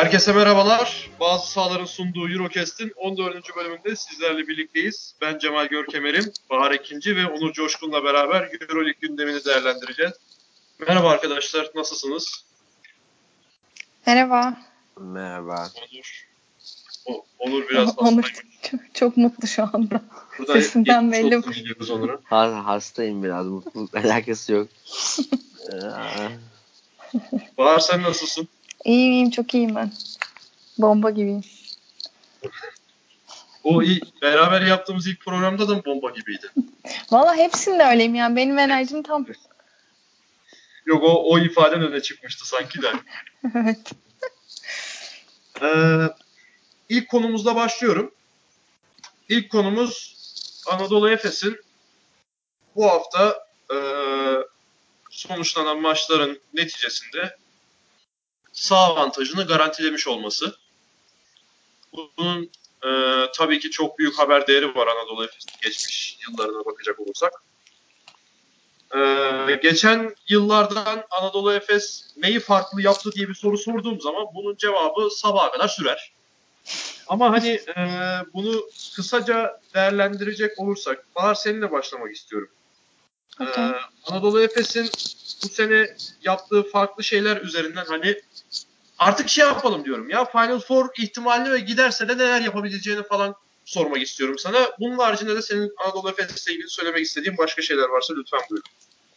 Herkese merhabalar. Bazı sahaların sunduğu Eurocast'in 14. bölümünde sizlerle birlikteyiz. Ben Cemal Görkemer'im, Bahar Ekinci ve Onur Coşkun'la beraber Euroleague gündemini değerlendireceğiz. Merhaba arkadaşlar, nasılsınız? Merhaba. Merhaba. Onur biraz Onur hastaymış. çok mutlu şu anda. Burada Sesinden belli. Onur'a. Hastayım biraz. Mutlulukla alakası yok. Bahar sen nasılsın? İyiyim, çok iyiyim ben. Bomba gibiyim. Beraber yaptığımız ilk programda da bomba gibiydi. Valla hepsinde öyleyim yani. Benim enerjim tam. Yok o ifaden öne çıkmıştı sanki de. Evet. İlk konumuzla başlıyorum. İlk konumuz Anadolu Efes'in bu hafta sonuçlanan maçların neticesinde saha avantajını garantilemiş olması. Bunun tabii ki çok büyük haber değeri var Anadolu Efes'in geçmiş yıllarına bakacak olursak. Geçen yıllardan Anadolu Efes neyi farklı yaptı diye bir soru sorduğum zaman bunun cevabı sabaha kadar sürer. Ama hani bunu kısaca değerlendirecek olursak, Bahar seninle başlamak istiyorum. Okay. Anadolu Efes'in bu sene yaptığı farklı şeyler üzerinden hani artık şey yapalım diyorum ya, Final Four ihtimalini ve giderse de neler yapabileceğini falan sormak istiyorum sana. Bunun haricinde de senin Anadolu Efes'le ilgili söylemek istediğin başka şeyler varsa lütfen buyurun.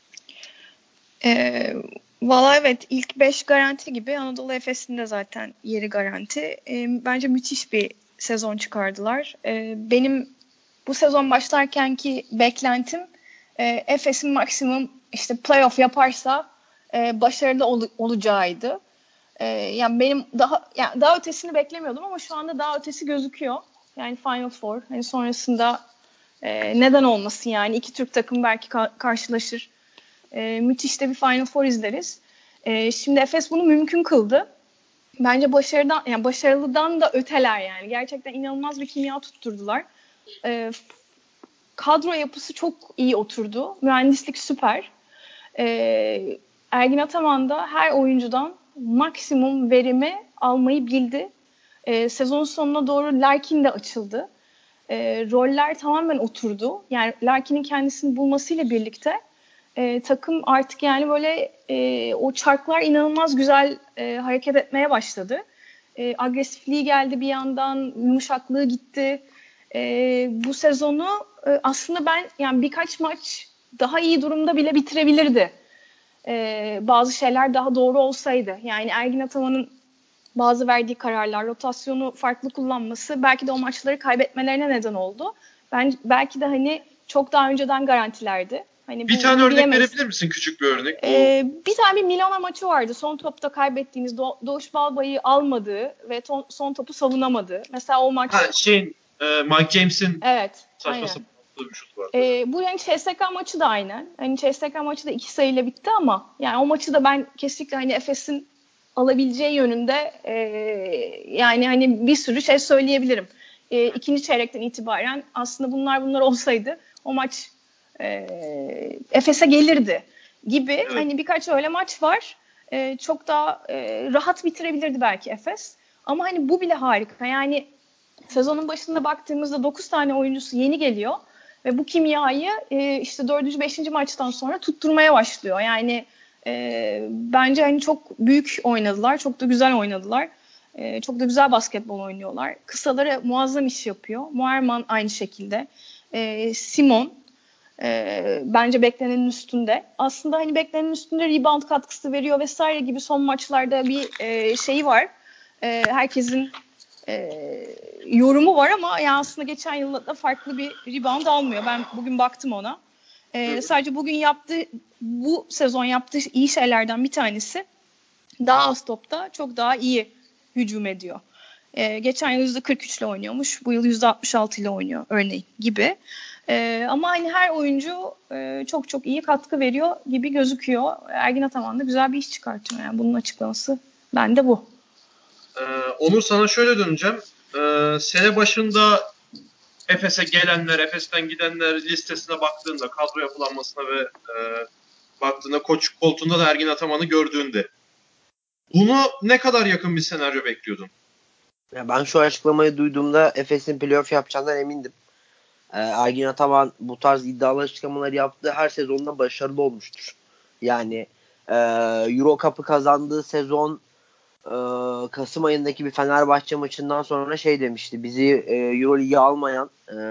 Valla evet, ilk 5 garanti gibi Anadolu Efes'in de zaten yeri garanti. Bence müthiş bir sezon çıkardılar. Benim bu sezon başlarkenki beklentim Efes'in maksimum işte playoff yaparsa başarılı olacağıydı. Yani benim daha ötesini beklemiyordum ama şu anda daha ötesi gözüküyor. Yani Final Four. Hani sonrasında neden olmasın yani iki Türk takım belki karşılaşır. Müthiş de bir Final Four izleriz. Şimdi Efes bunu mümkün kıldı. Bence başarılıdan da öteler yani. Gerçekten inanılmaz bir kimya tutturdular. Kadro yapısı çok iyi oturdu. Mühendislik süper. Ergin Ataman da her oyuncudan maksimum verimi almayı bildi. Sezon sonuna doğru Larkin de açıldı. Roller tamamen oturdu. Yani Larkin'in kendisini bulmasıyla birlikte takım artık yani böyle o çarklar inanılmaz güzel hareket etmeye başladı. Agresifliği geldi bir yandan, yumuşaklığı gitti. Bu sezonu aslında ben yani birkaç maç daha iyi durumda bile bitirebilirdi. Bazı şeyler daha doğru olsaydı. Yani Ergin Ataman'ın bazı verdiği kararlar, rotasyonu farklı kullanması belki de o maçları kaybetmelerine neden oldu. Belki de hani çok daha önceden garantilerdi. Hani bir tane örnek verebilir misin? Küçük bir örnek. Bir tane bir Milano maçı vardı. Son topta kaybettiğimiz Doğuş Balbay'ı almadığı ve son topu savunamadığı. Mesela o maç... Mike James'in saçma sapan bir şut vardı. Bu yani CSKA maçı da aynen. Hani CSKA maçı da 2 sayıyla bitti ama yani o maçı da ben kesinlikle hani Efes'in alabileceği yönünde yani hani bir sürü şey söyleyebilirim. İkinci çeyrekten itibaren aslında bunlar olsaydı o maç Efes'e gelirdi gibi. Evet. Hani birkaç öyle maç var. Çok daha rahat bitirebilirdi belki Efes. Ama hani bu bile harika. Yani sezonun başında baktığımızda 9 tane oyuncusu yeni geliyor ve bu kimyayı işte 4. 5. maçtan sonra tutturmaya başlıyor. Yani bence hani çok büyük oynadılar. Çok da güzel oynadılar. Çok da güzel basketbol oynuyorlar. Kısaları muazzam iş yapıyor. Muerman aynı şekilde. Simon bence beklenenin üstünde. Aslında hani beklenenin üstünde rebound katkısı veriyor vesaire gibi son maçlarda bir şeyi var. Herkesin yorumu var ama yani aslında geçen yılda farklı bir rebound almıyor. Ben bugün baktım ona. Sadece bu sezon yaptığı iyi şeylerden bir tanesi daha az topta çok daha iyi hücum ediyor. Geçen yıl %43 ile oynuyormuş. Bu yıl %66 ile oynuyor örneğin gibi. Ama hani her oyuncu çok çok iyi katkı veriyor gibi gözüküyor. Ergin Ataman da güzel bir iş çıkartıyor. Yani bunun açıklaması bende bu. Onur sana şöyle döneceğim. Sene başında Efes'e gelenler, Efes'ten gidenler listesine baktığında, kadro yapılanmasına ve baktığında koç koltuğunda da Ergin Ataman'ı gördüğünde Bunu ne kadar yakın bir senaryo bekliyordun? Ya ben şu açıklamayı duyduğumda Efes'in playoff yapacağından emindim. Ergin Ataman bu tarz iddialı açıklamaları yaptığı her sezonda başarılı olmuştur. Yani Euro Cup'ı kazandığı sezon Kasım ayındaki bir Fenerbahçe maçından sonra şey demişti. Bizi Euro Ligi almayan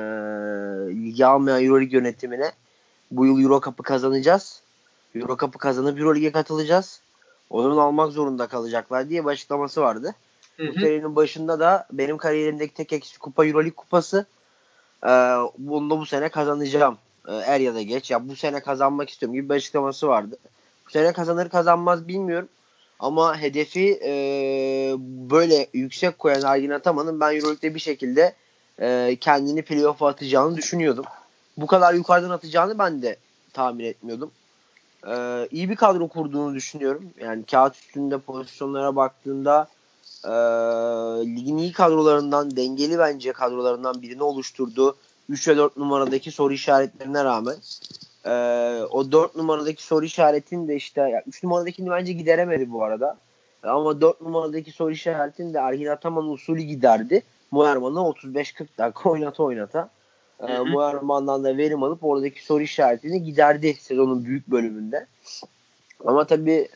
Euro Lig yönetimine bu yıl Euro Cup'ı kazanacağız. Euro Cup'ı kazanıp Euro Lig'e katılacağız. Onu almak zorunda kalacaklar diye bir açıklaması vardı. Hı Bu hı. serinin başında da benim kariyerimdeki tek eksik kupa Euro Lig kupası. Bunu da bu sene kazanacağım. Er ya da geç. Ya bu sene kazanmak istiyorum gibi bir açıklaması vardı. Bu sene kazanır kazanmaz bilmiyorum. Ama hedefi böyle yüksek koyan Ergin Ataman'ın ben Euroleague'de bir şekilde kendini playoff'a atacağını düşünüyordum. Bu kadar yukarıdan atacağını ben de tahmin etmiyordum. İyi bir kadro kurduğunu düşünüyorum. Yani kağıt üstünde pozisyonlara baktığında ligin iyi kadrolarından, dengeli bence kadrolarından birini oluşturdu. 3 ve 4 numaradaki soru işaretlerine rağmen. O 4 numaradaki soru işaretini de işte ya 3 numaradakini bence gideremedi bu arada. Ama 4 numaradaki soru işaretini de Ergin Ataman usulü giderdi. Muerman'ı 35-40 dakika oynata. Hı hı. Muerman'dan da verim alıp oradaki soru işaretini giderdi sezonun büyük bölümünde. Ama tabii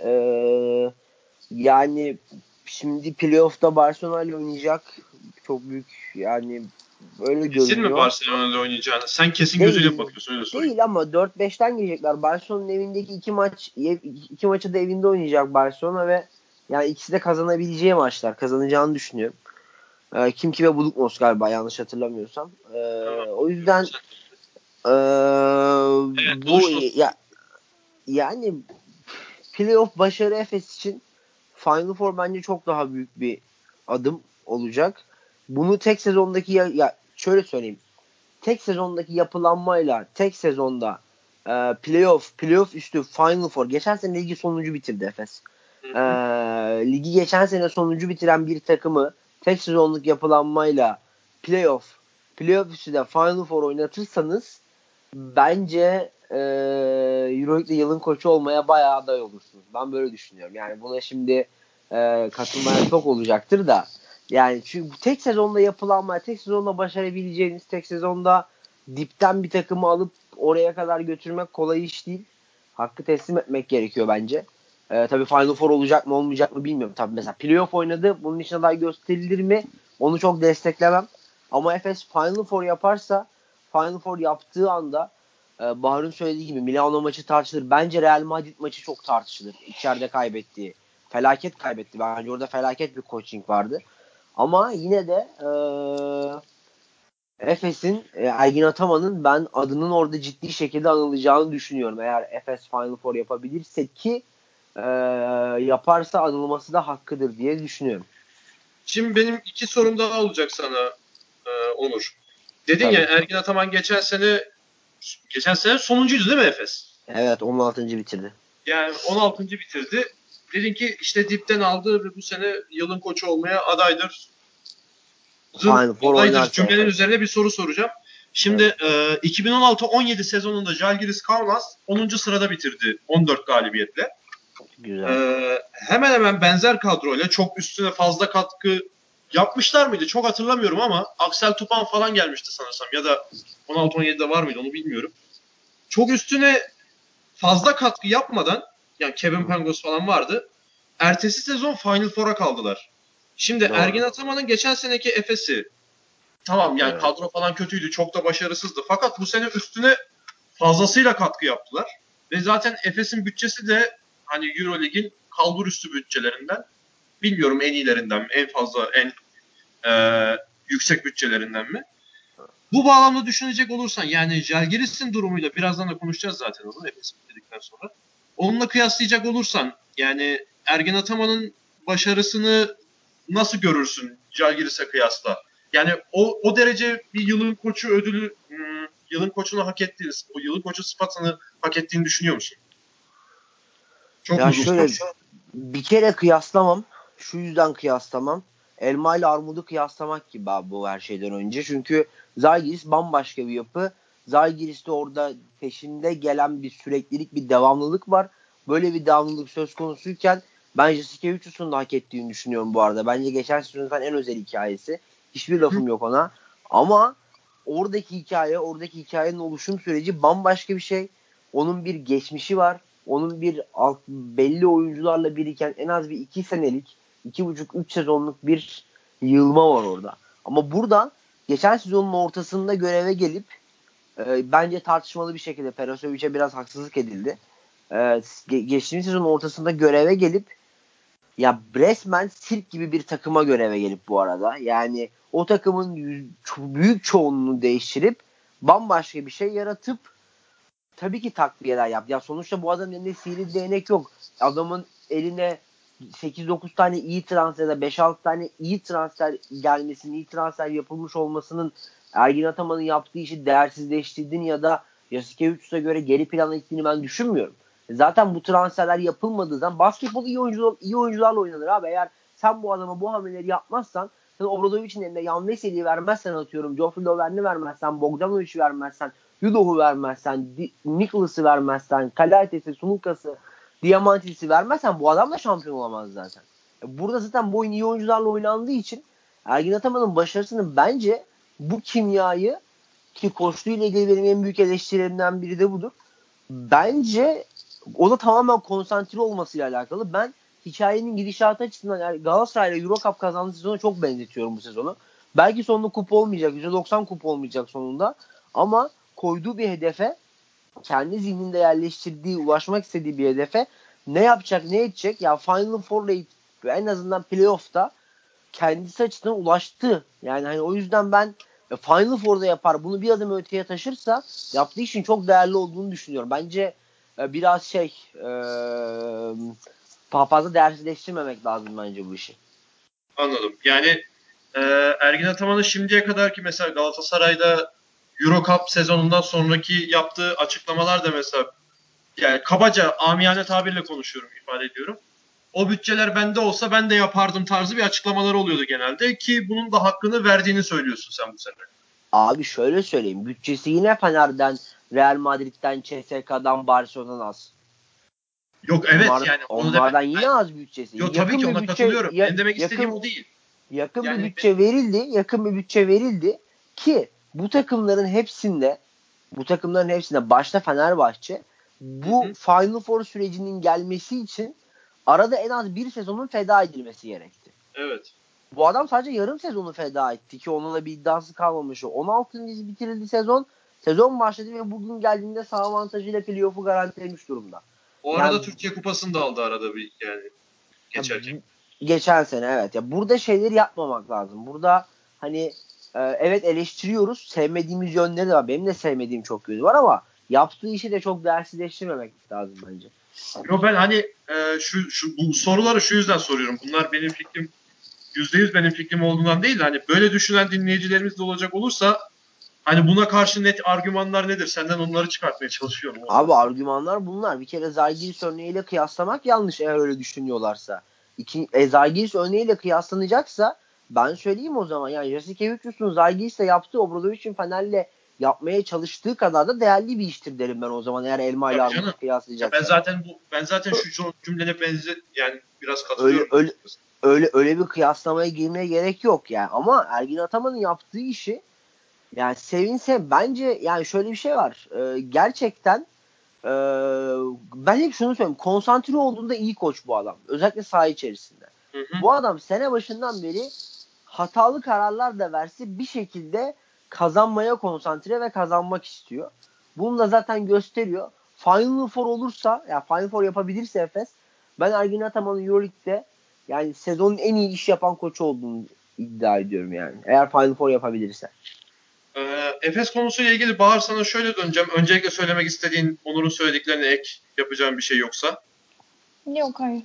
yani şimdi playoff'ta Barcelona ile oynayacak. Çok büyük yani öyle Kesin mi görünüyor. Barcelona'da oynayacağını? Sen kesin gözüyle mi Değil. bakıyorsun, öyle sorayım. Değil ama 4-5'ten girecekler. Barcelona'nın evindeki iki maçı da evinde oynayacak Barcelona ve yani ikisi de kazanabileceği maçlar. Kazanacağını düşünüyorum. Kim kime Bulukmos galiba yanlış hatırlamıyorsam. Tamam. O yüzden ee, Evet, bu buluştunuz. ya yani playoff başarı Efes için Final Four bence çok daha büyük bir adım olacak. Bunu tek sezondaki ya şöyle söyleyeyim. Tek sezondaki yapılanmayla tek sezonda playoff üstü Final Four. Geçen sene ligi sonuncu bitirdi Efes. Hı E, hı. Ligi geçen sene sonuncu bitiren bir takımı tek sezonluk yapılanmayla playoff üstü de Final Four oynatırsanız bence Euroleague'de yılın koçu olmaya bayağı aday olursunuz. Ben böyle düşünüyorum. Yani buna şimdi katılmaya çok olacaktır da yani çünkü tek sezonda yapılanma, tek sezonda başarabileceğiniz, tek sezonda dipten bir takımı alıp oraya kadar götürmek kolay iş değil. Hakkı teslim etmek gerekiyor bence. Tabii Final Four olacak mı olmayacak mı bilmiyorum. Tabii mesela playoff oynadı. Bunun için aday gösterilir mi? Onu çok desteklemem. Ama Efes Final Four yaparsa Final Four yaptığı anda Bahar'ın söylediği gibi Milano maçı tartışılır. Bence Real Madrid maçı çok tartışılır. İçeride kaybettiği. Felaket kaybetti. Bence orada felaket bir coaching vardı. Ama yine de Efes'in Ergin Ataman'ın ben adının orada ciddi şekilde anılacağını düşünüyorum. Eğer Efes Final Four yapabilirse ki yaparsa anılması da hakkıdır diye düşünüyorum. Şimdi benim iki sorum daha olacak sana, Onur. Dedin ya, Tabii. Ergin Ataman geçen sene sonuncuydu değil mi Efes? Evet 16. bitirdi. Yani 16. bitirdi. Dedin ki işte dipten aldı ve bu sene yılın koçu olmaya adaydır. Final Four Adaydır oynarsa cümlenin Efes. üzerine bir soru soracağım. Şimdi Evet. 2016-17 sezonunda Žalgiris Kaunas 10. sırada bitirdi 14 galibiyetle. Güzel. Hemen hemen benzer kadroyla çok üstüne fazla katkı yapmışlar mıydı? Çok hatırlamıyorum ama Axel Tupan falan gelmişti sanırsam. Ya da 16-17'de var mıydı onu bilmiyorum. Çok üstüne fazla katkı yapmadan, yani Kevin Pangos falan vardı. Ertesi sezon Final Four'a kaldılar. Şimdi Ergin Doğru. Ataman'ın geçen seneki Efes'i, tamam yani Evet. kadro falan kötüydü, çok da başarısızdı. Fakat bu sene üstüne fazlasıyla katkı yaptılar. Ve zaten Efes'in bütçesi de hani Euroleague'in kalbur üstü bütçelerinden. Bilmiyorum en iyilerinden mi, en fazla, en yüksek bütçelerinden mi? Bu bağlamda düşünecek olursan, yani Žalgiris'in durumuyla birazdan da konuşacağız zaten onu Efes'i bitirdikten sonra. Onunla kıyaslayacak olursan yani Ergin Ataman'ın başarısını nasıl görürsün Žalgiris'e kıyasla? Yani o derece bir yılın koçu ödülü, yılın koçunu hak ettiğini, o yılın koçu sıfatını hak ettiğini düşünüyor musun? Çok Ya mu zor? şöyle bir kere kıyaslamam. Şu yüzden kıyaslamam. Elma ile armudu kıyaslamak gibi abi bu her şeyden önce. Çünkü Zalgiris bambaşka bir yapı. Zalgiris'te orada peşinde gelen bir süreklilik, bir devamlılık var. Böyle bir devamlılık söz konusuyken Ben Jasikevičius'un da hak ettiğini düşünüyorum bu arada. Bence geçen sezonun en özel hikayesi. Hiçbir lafım yok ona. Ama oradaki hikayenin oluşum süreci bambaşka bir şey. Onun bir geçmişi var. Onun bir belli oyuncularla biriken en az bir 2 senelik, 2,5-3 sezonluk bir yığılma var orada. Ama burada geçen sezonun ortasında göreve gelip bence tartışmalı bir şekilde Perasovic'e biraz haksızlık edildi. Geçtiğimiz sezonun ortasında göreve gelip ya resmen sirk gibi bir takıma göreve gelip bu arada. Yani o takımın büyük çoğunluğunu değiştirip bambaşka bir şey yaratıp tabii ki takviyeler yaptı. Ya sonuçta bu adamın elinde sihirli değnek yok. Adamın eline 8-9 tane iyi transfer ya da 5-6 tane iyi transfer gelmesinin, iyi transfer yapılmış olmasının Ergin Ataman'ın yaptığı işi değersizleştirdiğini ya da Jasikevičius'a göre geri plana gittiğini ben düşünmüyorum. Zaten bu transferler yapılmadığı zaman basketbol iyi oyuncularla oynanır abi. Eğer sen bu adama bu hamleleri yapmazsan, sen Obradovic'in eline Yan Veseli'yi vermezsen, atıyorum Joffrey Lauver'ni vermezsen, Bogdanovic'i vermezsen, Yudoh'u vermezsen, Nicholas'ı vermezsen, Kalaites'i, Sulukas'ı, Diamantis'i vermezsen bu adam da şampiyon olamaz zaten. Burada zaten bu oyun iyi oyuncularla oynandığı için Ergin Ataman'ın başarısının bence bu kimyayı, ki koçluğuyla ilgili benim en büyük eleştirilerimden biri de budur. Bence o da tamamen konsantre olmasıyla alakalı. Ben hikayenin gidişatı açısından yani Galatasaray'la Euro Cup kazandığı sezona çok benzetiyorum bu sezonu. Belki sonunda kupa olmayacak. %90 kupa olmayacak sonunda. Ama koyduğu bir hedefe, kendi zihninde yerleştirdiği, ulaşmak istediği bir hedefe ne yapacak, ne edecek? Ya Final Four'la en azından playoff'ta kendisi açısından ulaştı. Yani hani o yüzden ben Final Four'da yapar, bunu bir adım öteye taşırsa yaptığı işin çok değerli olduğunu düşünüyorum. Bence biraz fazla değersizleştirmemek lazım bence bu işi. Anladım. Yani Ergin Ataman'ın şimdiye kadar ki mesela Galatasaray'da Euro Cup sezonundan sonraki yaptığı açıklamalar da mesela, yani kabaca amiyane tabirle konuşuyorum, ifade ediyorum. O bütçeler bende olsa ben de yapardım tarzı bir açıklamalar oluyordu genelde, ki bunun da hakkını verdiğini söylüyorsun sen bu sene. Abi şöyle söyleyeyim. Bütçesi yine Fener'den, Real Madrid'den, CSK'dan, Barcelona'dan az. Yok evet, yani onu Onlardan yine az bütçesi. Yok tabii ki ona katılıyorum. Benim demek istediğim o değil. Yakın Yani bir bütçe verildi. Yakın bir bütçe verildi ki bu takımların hepsinde başta Fenerbahçe bu Final Four sürecinin gelmesi için arada en az bir sezonun feda edilmesi gerekti. Evet. Bu adam sadece yarım sezonu feda etti ki onunla da bir iddiası kalmamış. 16. bitirildi sezon. Sezon başladı ve bugün geldiğinde sağ avantajıyla playoff'u garantilemiş durumda. O arada yani, Türkiye Kupası'nı da aldı arada bir, yani geçerken. Geçen sene evet. Ya burada şeyleri yapmamak lazım. Burada hani evet eleştiriyoruz. Sevmediğimiz yönleri de var. Benim de sevmediğim çok yönü var ama yaptığı işi de çok değersizleştirmemek lazım bence. Yo, ben hani bu soruları şu yüzden soruyorum. Bunlar benim fikrim, %100 benim fikrim olduğundan değil. Hani böyle düşünen dinleyicilerimiz de olacak olursa, hani buna karşı net argümanlar nedir? Senden onları çıkartmaya çalışıyorum. Abi argümanlar bunlar. Bir kere Zalgiris örneğiyle kıyaslamak yanlış eğer öyle düşünüyorlarsa. Zalgiris örneğiyle kıyaslanacaksa ben söyleyeyim o zaman. Yani Jasikevičius'un Zalgiris'le yaptığı, Obradovic'in Fener'le yapmaya çalıştığı kadar da değerli bir iştir derim ben o zaman, eğer elma ile armutu kıyaslayacaksa. Ben zaten şu cümlene yani biraz katılıyorum. Öyle bir kıyaslamaya girmeye gerek yok yani. Ama Ergin Ataman'ın yaptığı işi, yani sevinse bence, yani şöyle bir şey var. Gerçekten ben hep şunu söylüyorum. Konsantre olduğunda iyi koç bu adam. Özellikle saha içerisinde. Hı. Bu adam sene başından beri hatalı kararlar da verse bir şekilde kazanmaya konsantre ve kazanmak istiyor. Bunu da zaten gösteriyor. Final Four olursa, ya Final Four yapabilirse Efes, ben Ergin Ataman'ın EuroLeague'de yani sezonun en iyi iş yapan koçu olduğunu iddia ediyorum yani. Eğer Final Four yapabilirse. Efes konusuyla ilgili Bahar, sana şöyle döneceğim. Öncelikle söylemek istediğin, Onur'un söylediklerine ek yapacağım bir şey yoksa? Yok, hayır.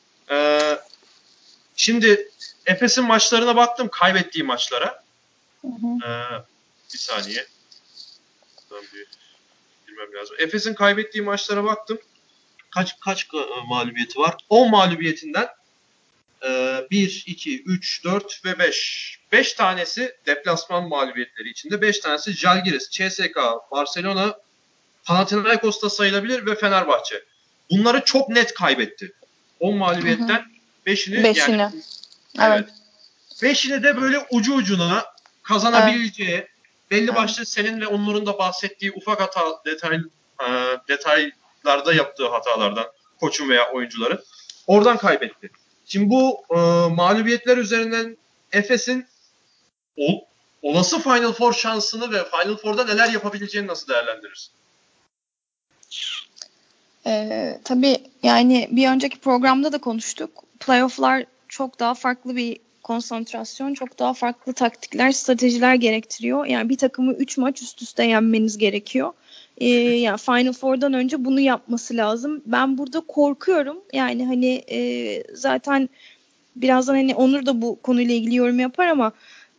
Şimdi Efes'in maçlarına baktım, kaybettiği maçlara. Hı hı. Bir saniye. Bilmem lazım. Efes'in kaybettiği maçlara baktım. Kaç mağlubiyeti var? 10 mağlubiyetinden 1, 2, 3, 4 ve 5. 5 tanesi deplasman mağlubiyetleri içinde. 5 tanesi Žalgiris, CSKA, Barcelona, Panathinaikos'ta sayılabilir ve Fenerbahçe. Bunları çok net kaybetti. 10 mağlubiyetten 5'ini Beşini. yani Evet. 5'ini de böyle ucu ucuna kazanabileceği belli başlı senin ve Onur'un da bahsettiği ufak hata detaylarda yaptığı hatalardan koçun veya oyuncuların oradan kaybetti. Şimdi bu mağlubiyetler üzerinden Efes'in olası Final Four şansını ve Final Four'da neler yapabileceğini nasıl değerlendirirsin? Tabii yani bir önceki programda da konuştuk. Playoff'lar çok daha farklı bir konsantrasyon, çok daha farklı taktikler, stratejiler gerektiriyor. Yani bir takımı 3 maç üst üste yenmeniz gerekiyor. Yani Final Four'dan önce bunu yapması lazım. Ben burada korkuyorum. Yani hani zaten birazdan hani Onur da bu konuyla ilgili yorum yapar ama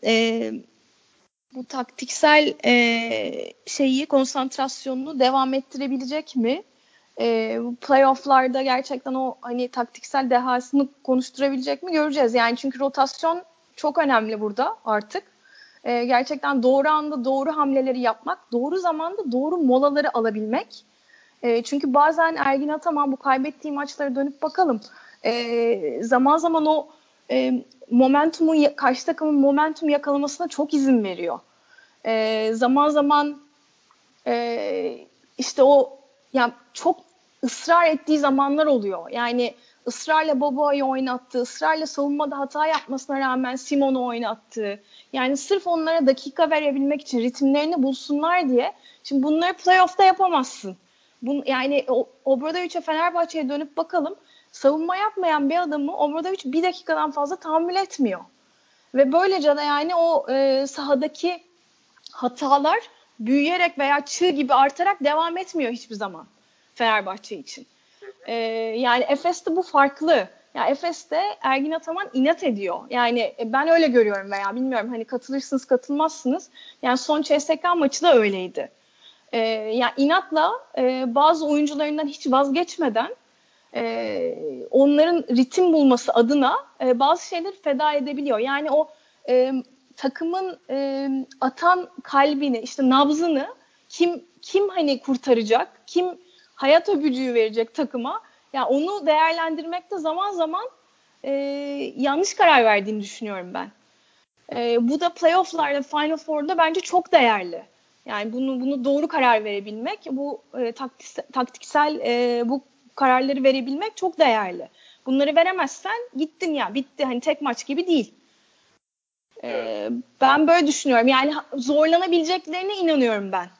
bu taktiksel konsantrasyonunu devam ettirebilecek mi? Bu playoff'larda gerçekten o hani taktiksel dehasını konuşturabilecek mi göreceğiz. Yani çünkü rotasyon çok önemli burada artık. Gerçekten doğru anda doğru hamleleri yapmak, doğru zamanda doğru molaları alabilmek. Çünkü bazen Ergin Ataman bu kaybettiği maçlara dönüp bakalım. Zaman zaman o karşı takımın momentum yakalamasına çok izin veriyor. Zaman zaman işte o yani çok ısrar ettiği zamanlar oluyor. Yani ısrarla Boboa'yı oynattı, ısrarla savunmada hata yapmasına rağmen Simon'u oynattı. Yani sırf onlara dakika verebilmek için ritimlerini bulsunlar diye. Şimdi bunları playoff'ta yapamazsın. Yani Obradovic'e, Fenerbahçe'ye dönüp bakalım. Savunma yapmayan bir adamı Obradovic bir dakikadan fazla tahammül etmiyor. Ve böylece de yani o sahadaki hatalar büyüyerek veya çığ gibi artarak devam etmiyor hiçbir zaman Fenerbahçe için. Yani Efes'te bu farklı. Yani Efes'te Ergin Ataman inat ediyor. Yani ben öyle görüyorum veya bilmiyorum hani katılırsınız katılmazsınız. Yani son CSKA maçı da öyleydi. Yani inatla bazı oyuncularından hiç vazgeçmeden onların ritim bulması adına bazı şeyleri feda edebiliyor. Yani o takımın atan kalbini, işte nabzını kim hani kurtaracak, kim hayat öpücüğü verecek takıma, yani onu değerlendirmekte zaman zaman yanlış karar verdiğini düşünüyorum ben. Bu da playoff'larda, Final Four'da bence çok değerli. Yani bunu doğru karar verebilmek, bu taktiksel bu kararları verebilmek çok değerli. Bunları veremezsen gittin ya, bitti. Hani tek maç gibi değil. Ben böyle düşünüyorum. Yani zorlanabileceklerine inanıyorum ben.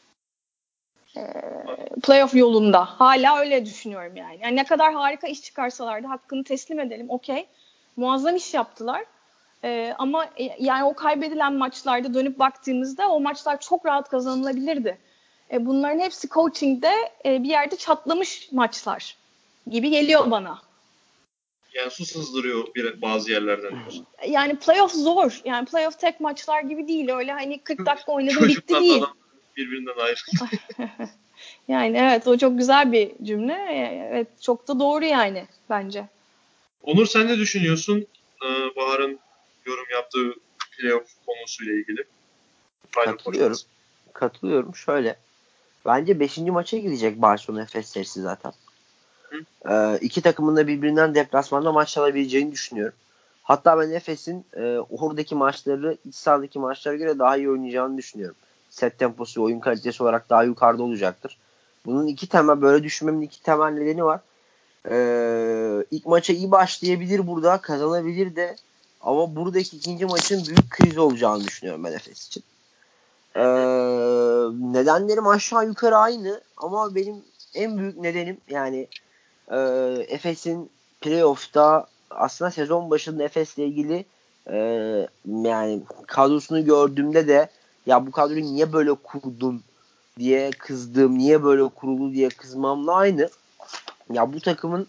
Playoff yolunda. Hala öyle düşünüyorum yani. Yani ne kadar harika iş çıkarsalardı hakkını teslim edelim. Okey. Muazzam iş yaptılar. Ama yani o kaybedilen maçlarda dönüp baktığımızda o maçlar çok rahat kazanılabilirdi. Bunların hepsi coaching'de bir yerde çatlamış maçlar gibi geliyor bana. Yani su sızdırıyor bazı yerlerden diyorsun. Yani playoff zor. Yani playoff tek maçlar gibi değil. Öyle hani 40 dakika oynadım bitti değil. Adam birbirinden ayrıldı. Yani evet, o çok güzel bir cümle. Evet, çok da doğru yani bence. Onur, sen ne düşünüyorsun Bahar'ın yorum yaptığı playoff konusuyla ilgili? Katılıyorum. Şöyle. Bence 5. maça gidecek Barcelona Efes serisi zaten. İki takımın da birbirinden deplasmanda maç alabileceğini düşünüyorum. Hatta ben Efes'in oradaki maçları iç sahadaki maçlara göre daha iyi oynayacağını düşünüyorum. Set temposu, oyun kalitesi olarak daha yukarıda olacaktır. Bunun böyle düşünmemin iki temel nedeni var. İlk maça iyi başlayabilir burada, kazanabilir de, ama buradaki ikinci maçın büyük kriz olacağını düşünüyorum ben Efes için. Nedenlerim aşağı yukarı aynı ama benim en büyük nedenim yani Efes'in playoff'ta aslında sezon başında Efes'le ilgili yani kadrosunu gördüğümde de ya bu kadroyu niye böyle kurdun diye kızdığım, niye böyle kurulu diye kızmamla aynı. Ya bu takımın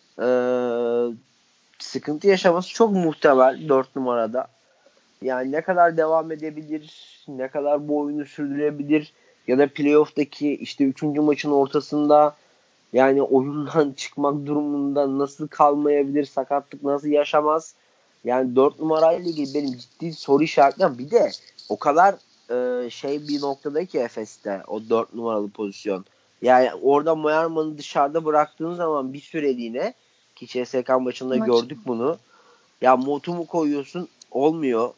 sıkıntı yaşaması çok muhtemel 4 numarada. Yani ne kadar devam edebilir, ne kadar bu oyunu sürdürebilir ya da playoff'taki işte 3. maçın ortasında yani oyundan çıkmak durumunda nasıl kalmayabilir, sakatlık nasıl yaşamaz. Yani 4 numarayla ilgili benim ciddi soru işaretlerim. Bir de o kadar bir noktadaki ki Efes'te o 4 numaralı pozisyon. Yani orada Moerman'ı dışarıda bıraktığın zaman bir süreliğine Ki CSK maçında gördük bunu. Ya Motum'u koyuyorsun olmuyor.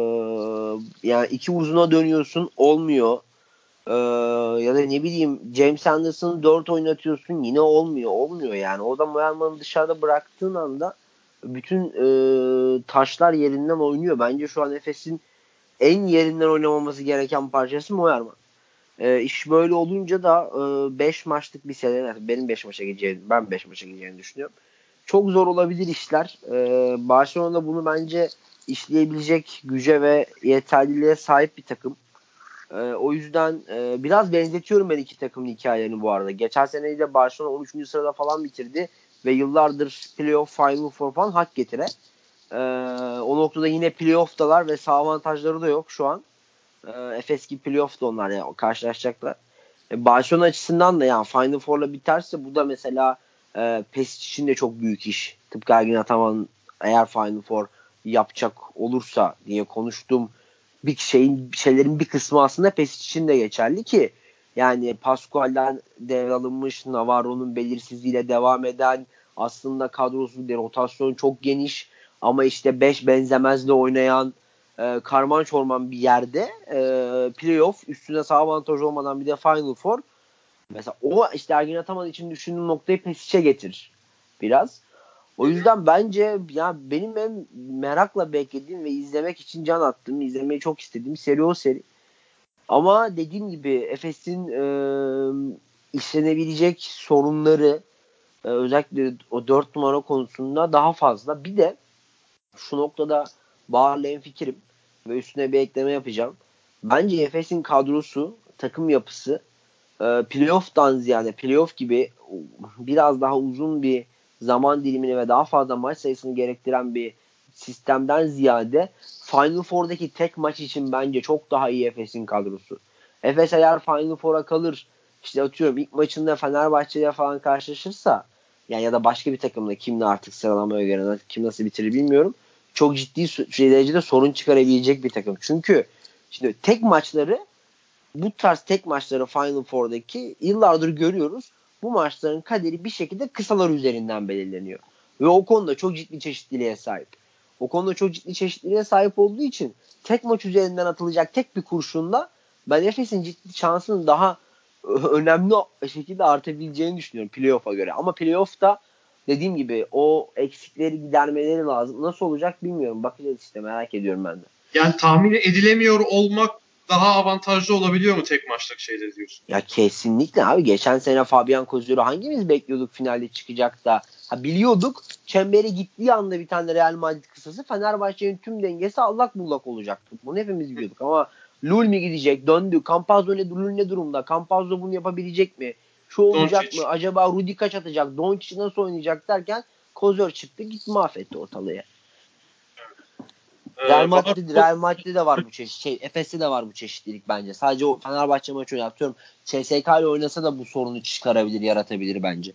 Yani iki uzuna dönüyorsun olmuyor. Ya da ne bileyim James Anderson'ı 4 oynatıyorsun yine olmuyor. Olmuyor yani. Orada Moerman'ı dışarıda bıraktığın anda bütün taşlar yerinden oynuyor. Bence şu an Efes'in en yerinden oynamaması gereken parçası Moerman. İş böyle olunca da 5 maçlık bir sene, benim 5 maça gideceğini düşünüyorum. Çok zor olabilir işler. Barcelona bunu bence işleyebilecek güce ve yeterliliğe sahip bir takım. O yüzden biraz benzetiyorum ben iki takımın hikayelerini bu arada. Geçen seneyi de Barcelona 13. sırada falan bitirdi ve yıllardır playoff, Final Four falan hak getire. O noktada yine playoff'talar ve sağ avantajları da yok şu an. Efes gibi playoff'ta onlar yani karşılaşacaklar. Barcelona açısından da yani Final Four'la biterse bu da mesela Pesic için de çok büyük iş. Tıpkı Ergin Ataman eğer Final Four yapacak olursa diye konuştum. Şeylerin bir kısmı aslında Pesic için de geçerli ki yani Pascual'den devralınmış, Navarro'nun belirsizliğiyle devam eden, aslında kadrosu rotasyon çok geniş ama işte 5 benzemezle oynayan karman çorman bir yerde playoff üstüne sağ avantaj olmadan bir de Final Four mesela o işte Ergin Ataman için düşündüğüm noktayı Pesic'e getirir biraz. O yüzden bence ya benim en merakla beklediğim ve izlemek için can attığım, izlemeyi çok istediğim seri o seri. Ama dediğim gibi Efes'in işlenebilecek sorunları özellikle o 4 numara konusunda daha fazla. Bir de şu noktada Bahar'la hemfikirim ve üstüne bir ekleme yapacağım. Bence Efes'in kadrosu, takım yapısı playoff'tan ziyade playoff gibi biraz daha uzun bir zaman dilimini ve daha fazla maç sayısını gerektiren bir sistemden ziyade Final Four'daki tek maç için bence çok daha iyi Efes'in kadrosu. Efes eğer Final Four'a kalır, işte atıyorum ilk maçında Fenerbahçe'yle falan karşılaşırsa yani ya da başka bir takımla kimle artık sıralamaya göre kim nasıl bitirir bilmiyorum. Çok ciddi derecede sorun çıkarabilecek bir takım. Çünkü şimdi bu tarz tek maçları Final Four'daki yıllardır görüyoruz. Bu maçların kaderi bir şekilde kısalar üzerinden belirleniyor. Ve o konuda çok ciddi çeşitliliğe sahip. O konuda çok ciddi çeşitliliğe sahip olduğu için tek maç üzerinden atılacak tek bir kurşunla ben Efes'in ciddi şansının daha önemli şekilde artabileceğini düşünüyorum playoff'a göre. Ama playoff'ta dediğim gibi o eksikleri gidermeleri lazım. Nasıl olacak bilmiyorum. Bakacağız işte merak ediyorum ben de. Yani tahmin edilemiyor olmak daha avantajlı olabiliyor mu tek maçlık şeyde diyorsun? Ya kesinlikle abi. Geçen sene Fabian Kozur'u hangimiz bekliyorduk finalde çıkacak da? Biliyorduk. Çembere gittiği anda bir tane Real Madrid kısası Fenerbahçe'nin tüm dengesi allak bullak olacaktı. Bunu hepimiz biliyorduk ama Lul mi gidecek? Döndü. Lul ne durumda? Campazzo bunu yapabilecek mi? Şu olacak Doncic. mı? Acaba Rudi kaç atacak? Doncic nasıl oynayacak derken Kozur çıktı. Gitti mahvetti ortalığı. Real Madrid'de de var bu çeşit. Efes'te de var bu çeşitlilik bence. Sadece o Fenerbahçe maçı oynatıyorum. CSK ile oynasa da bu sorunu çıkarabilir, yaratabilir bence.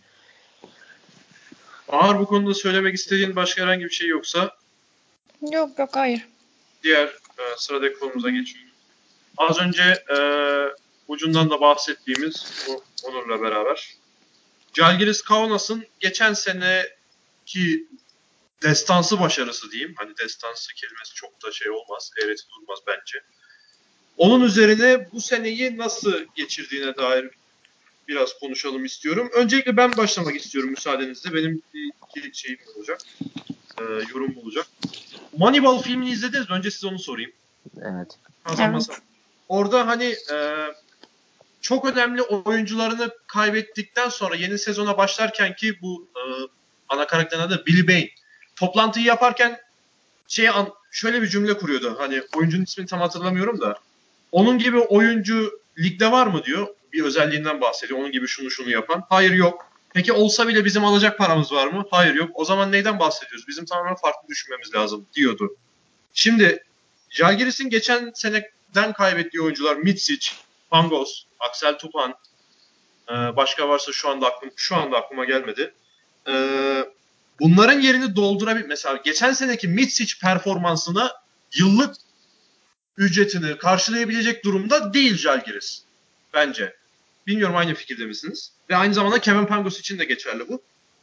Bahar bu konuda söylemek istediğin başka herhangi bir şey yoksa Yok hayır. diğer sıradaki konumuza geçiyoruz. Az önce ucundan da bahsettiğimiz Onur'la beraber Žalgiris Kaunas'ın geçen seneki destansı başarısı diyeyim. Hani destansı kelimesi çok da şey olmaz, eğreti durmaz bence. Onun üzerine bu seneyi nasıl geçirdiğine dair biraz konuşalım istiyorum. Öncelikle ben başlamak istiyorum müsaadenizle. Benim iki şeyim olacak, yorum olacak. Moneyball filmini izlediniz mi? Önce size onu sorayım. Evet. Kazanmasa. Orada hani çok önemli oyuncularını kaybettikten sonra yeni sezona başlarken ki bu ana karakterin adı Billy Bain. Toplantıyı yaparken şöyle bir cümle kuruyordu. Hani oyuncunun ismini tam hatırlamıyorum da. Onun gibi oyuncu ligde var mı diyor. Bir özelliğinden bahsediyor. Onun gibi şunu yapan. Hayır yok. Peki olsa bile bizim alacak paramız var mı? Hayır yok. O zaman neyden bahsediyoruz? Bizim tamamen farklı düşünmemiz lazım diyordu. Şimdi Žalgiris'in geçen seneden kaybettiği oyuncular Mitsic, Pangos, Axel Tupan, başka varsa şu anda aklıma gelmedi. Bunların yerini doldurabilir. Mesela geçen seneki Mitsic performansına yıllık ücretini karşılayabilecek durumda değil Žalgiris. Bence. Bilmiyorum aynı fikirde misiniz? Ve aynı zamanda Kevin Pangos için de geçerli bu.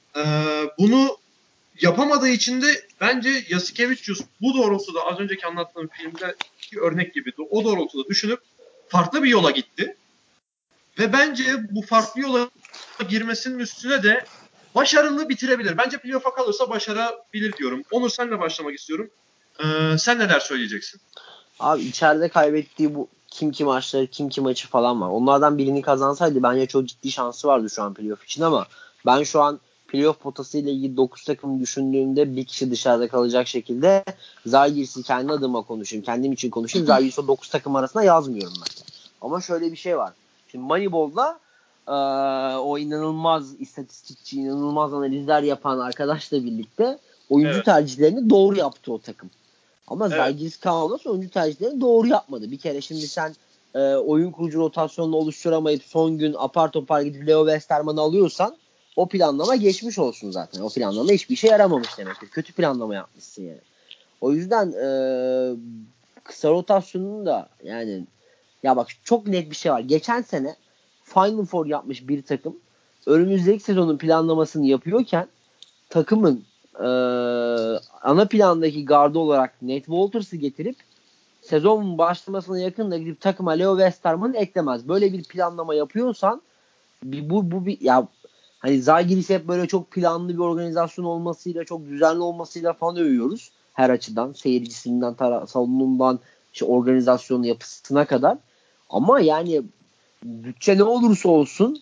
Bunu yapamadığı için de bence Yasikevicius bu doğrultuda az önceki anlattığım filmdeki örnek gibi o doğrultuda düşünüp farklı bir yola gitti. Ve bence bu farklı yola girmesinin üstüne de başarılı bitirebilir. Bence playoff'a kalırsa başarabilir diyorum. Onur, senle başlamak istiyorum. Sen neler söyleyeceksin? Abi içeride kaybettiği bu kim maçları, kim maçı falan var. Onlardan birini kazansaydı bence çok ciddi şansı vardı şu an playoff için ama ben şu an playoff potası ile ilgili 9 takım düşündüğümde bir kişi dışarıda kalacak şekilde Zalgiris'i kendi adıma konuşayım, kendim için konuşayım. Zalgiris'i o 9 takım arasında yazmıyorum ben. Ama şöyle bir şey var. Şimdi Moneyball'da o inanılmaz istatistikçi, inanılmaz analizler yapan arkadaşla birlikte oyuncu tercihlerini doğru yaptı o takım. Ama Evet. Zalgiris Kaunas oyuncu tercihlerini doğru yapmadı. Bir kere şimdi sen oyun kurucu rotasyonunu oluşturamayıp son gün apar topar gidip Leo Westerman'ı alıyorsan o planlama geçmiş olsun zaten. O planlama hiçbir işe yaramamış demektir. Kötü planlama yapmışsın yani. O yüzden kısa rotasyonun da yani ya bak çok net bir şey var. Geçen sene Final Four yapmış bir takım önümüzdeki sezonun planlamasını yapıyorken takımın ana plandaki gardı olarak Nate Walters'ı getirip sezon başlamasına yakın da gidip takıma Leo Westerman'ı eklemez. Böyle bir planlama yapıyorsan bu bir ya hani Zalgiris hep böyle çok planlı bir organizasyon olmasıyla, çok düzenli olmasıyla falan övüyoruz. Her açıdan, seyircisinden, salonundan, işte organizasyonun yapısına kadar. Ama yani bütçe ne olursa olsun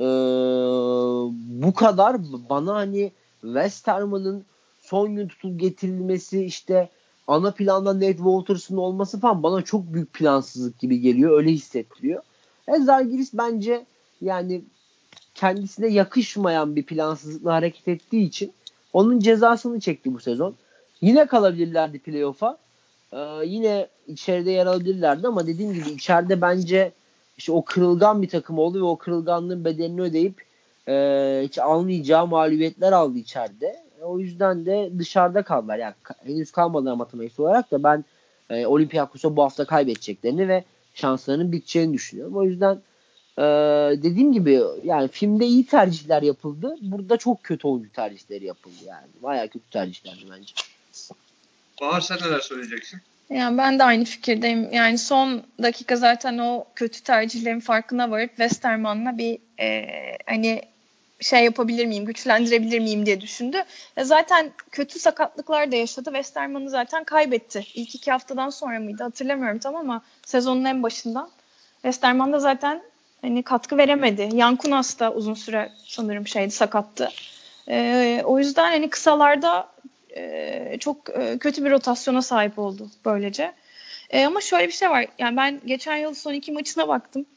bu kadar bana hani Westerman'ın son gün tutulup getirilmesi işte ana planda Nate Walters'ın olması falan bana çok büyük plansızlık gibi geliyor. Öyle hissettiriyor. Zalgiris bence yani kendisine yakışmayan bir plansızlıkla hareket ettiği için onun cezasını çekti bu sezon. Yine kalabilirlerdi playoff'a. Yine içeride yer alabilirlerdi ama dediğim gibi içeride bence işte o kırılgan bir takım oldu ve o kırılganlığın bedelini ödeyip hiç almayacağı mağlubiyetler aldı içeride. O yüzden de dışarıda kaldılar. Yani henüz kalmadılar matematik olarak da ben Olympiakos'a bu hafta kaybedeceklerini ve şanslarının biteceğini düşünüyorum. O yüzden dediğim gibi yani filmde iyi tercihler yapıldı. Burada çok kötü oyuncu tercihleri yapıldı yani. Bayağı kötü tercihlerdi bence. Bahar, sen neler söyleyeceksin? Yani ben de aynı fikirdeyim. Yani son dakika zaten o kötü tercihlerin farkına varıp Westerman'la bir hani şey yapabilir miyim, güçlendirebilir miyim diye düşündü. Zaten kötü sakatlıklar da yaşadı. Westerman'ı zaten kaybetti. İlk 2 haftadan sonra mıydı hatırlamıyorum tam ama sezonun en başından. Westerman da zaten hani katkı veremedi. Yankunas da uzun süre sanırım sakattı. O yüzden hani kısalarda çok kötü bir rotasyona sahip oldu böylece. Ama şöyle bir şey var. Yani ben geçen yıl son 2 maçına baktım.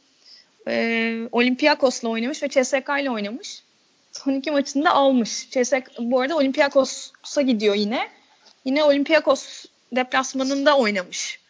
Olympiakos'la oynamış ve CSKA ile oynamış. Son 2 maçında almış. Bu arada Olympiakos'a gidiyor yine. Yine Olympiakos deplasmanında oynamış.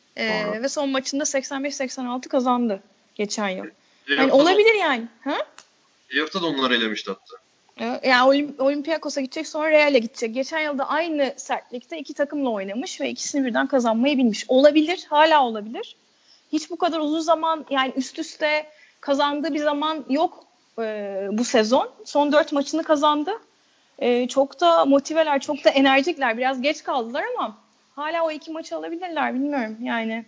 Ve son maçında 85-86 kazandı geçen yıl. Yani olabilir yani. Ha? Playoff'ta da onları elemişti hatta. Yani Olympiakos'a gidecek, sonra Real'e gidecek. Geçen yılda aynı sertlikte 2 takımla oynamış ve ikisini birden kazanmayı bilmiş. Olabilir, hala olabilir. Hiç bu kadar uzun zaman yani üst üste kazandığı bir zaman yok bu sezon. Son 4 maçını kazandı. Çok da motiveler, çok da enerjikler. Biraz geç kaldılar ama hala o 2 maçı alabilirler, bilmiyorum yani.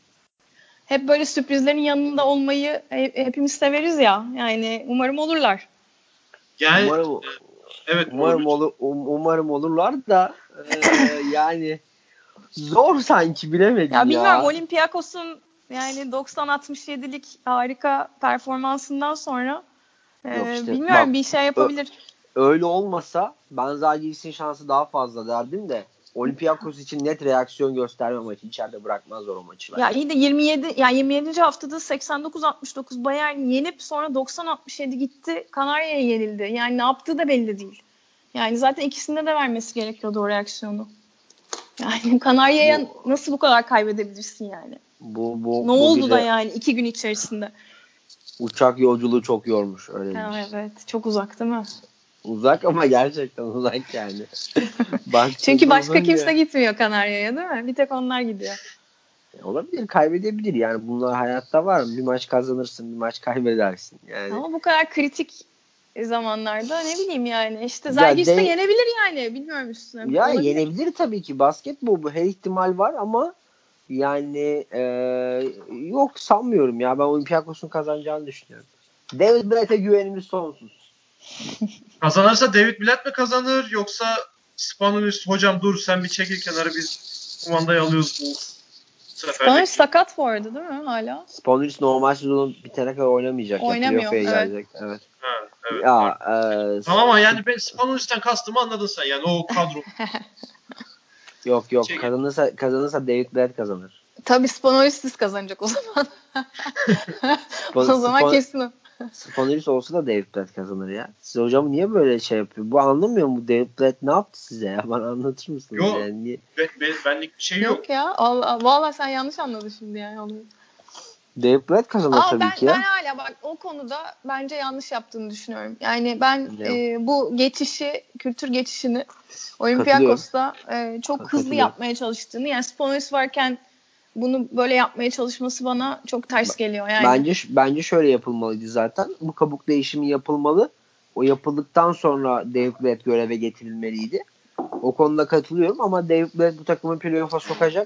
Hep böyle sürprizlerin yanında olmayı hepimiz severiz ya. Yani umarım olurlar. Yani Umarım evet, umarım olurlar da yani zor sanki bilemedim Ya bilmiyorum, ya. Olympiakos'un yani 90-67'lik harika performansından sonra Yok işte bak bilmiyorum, bir şey yapabilir. öyle olmasa ben Zalgiris'in şansı daha fazla derdim de Olympiakos için net reaksiyon gösterme maçı. İçeride bırakmazlar o maçı Ya bence. iyi de 27. haftada 89-69 Bayern yenip sonra 90-67 gitti, Kanarya'ya yenildi. Yani ne yaptığı da belli değil. Yani zaten ikisinde de vermesi gerekiyordu o reaksiyonu. Yani Kanarya'ya nasıl bu kadar kaybedebilirsin yani? Ne Bu oldu da bize yani 2 gün içerisinde? uçak yolculuğu çok yormuş öyle Ha, diyeyim. evet, çok uzak değil mi? Uzak ama gerçekten uzak yani. Çünkü başka Baktığında kimse gitmiyor Kanarya'ya, değil mi? Bir tek onlar gidiyor. olabilir, kaybedebilir yani bunlar hayatta var mı? Bir maç kazanırsın, bir maç kaybedersin yani. Ama bu kadar kritik zamanlarda ne bileyim yani. İşte Ya Zalgiris de yenebilir yani. Bilmiyorum üstüne. Ya Olabilir. yenebilir tabii ki. Basketbol bu. Her ihtimal var ama yani yok sanmıyorum ya. Ben Olympiakos'un kazanacağını düşünüyorum. David Blatt'e güvenimiz sonsuz. Kazanırsa David Blatt mi kazanır yoksa Spanulis hocam dur sen bir çekil kenara biz kumandayı alıyoruz bu seferlik. Spanulis sakat bu arada değil mi hala? Spanulis normal sezonu bitene kadar oynamayacak. Oynamıyor. Ya, Evet. gelecek. Evet. Ha, evet. Ya tamam ama yani ben Spanulis'ten kastımı anladın sen yani o kadro. yok. Kazanırsa David Blatt kazanır. Tabii Spanulis kazanacak o zaman. O zaman kesin o. Spanulis olsa da David Blatt kazanır ya. Siz hocam niye böyle şey yapıyor? Bu anlamıyor mu? David Blatt ne yaptı size ya? Bana anlatır mısınız? Yok. Yani niye? Benlik bir şey yok. Yok ya. Vallahi sen yanlış anladın şimdi yani onu. David Blatt kazanır tabii ki ya. Ben hala bak o konuda bence yanlış yaptığını düşünüyorum. Yani ben bu kültür geçişini Olympiakos'ta çok hızlı yapmaya çalıştığını, yani Spanulis varken bunu böyle yapmaya çalışması bana çok ters geliyor yani. Bence şöyle yapılmalıydı zaten. Bu kabuk değişimi yapılmalı. O yapıldıktan sonra David Blatt göreve getirilmeliydi. O konuda katılıyorum ama David Blatt bu takımı playoff'a sokacak.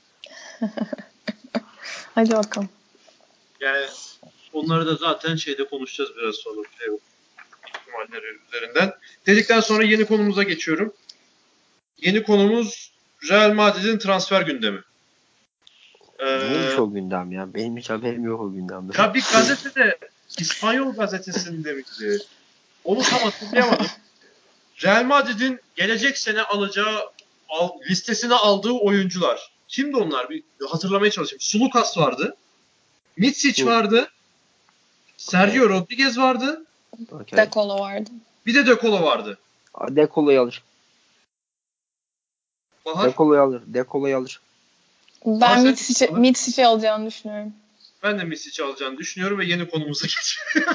Hadi bakalım. Yani onları da zaten konuşacağız biraz sonra playoff ihtimalleri üzerinden. Dedikten sonra yeni konumuza geçiyorum. Yeni konumuz Real Madrid'in transfer gündemi. Neymiş o gündem ya? Benim hiç haberim yok o gündemde. Ya bir gazetede, İspanyol gazetesinde miydi? Onu tam hatırlayamadım. Real Madrid'in gelecek sene listesine aldığı oyuncular. Kimdi onlar? Bir hatırlamaya çalışayım. Sulukas vardı. Mitsic vardı. Sergio Rodriguez vardı. Okay. De Colo vardı. Bir de De Colo vardı. De Colo'yu alır. Bahar. De Colo'yu alır. Ben Mitsic'i alacağını düşünüyorum. Ben de Mitsic'i alacağını düşünüyorum ve yeni konumuza geçiyorum.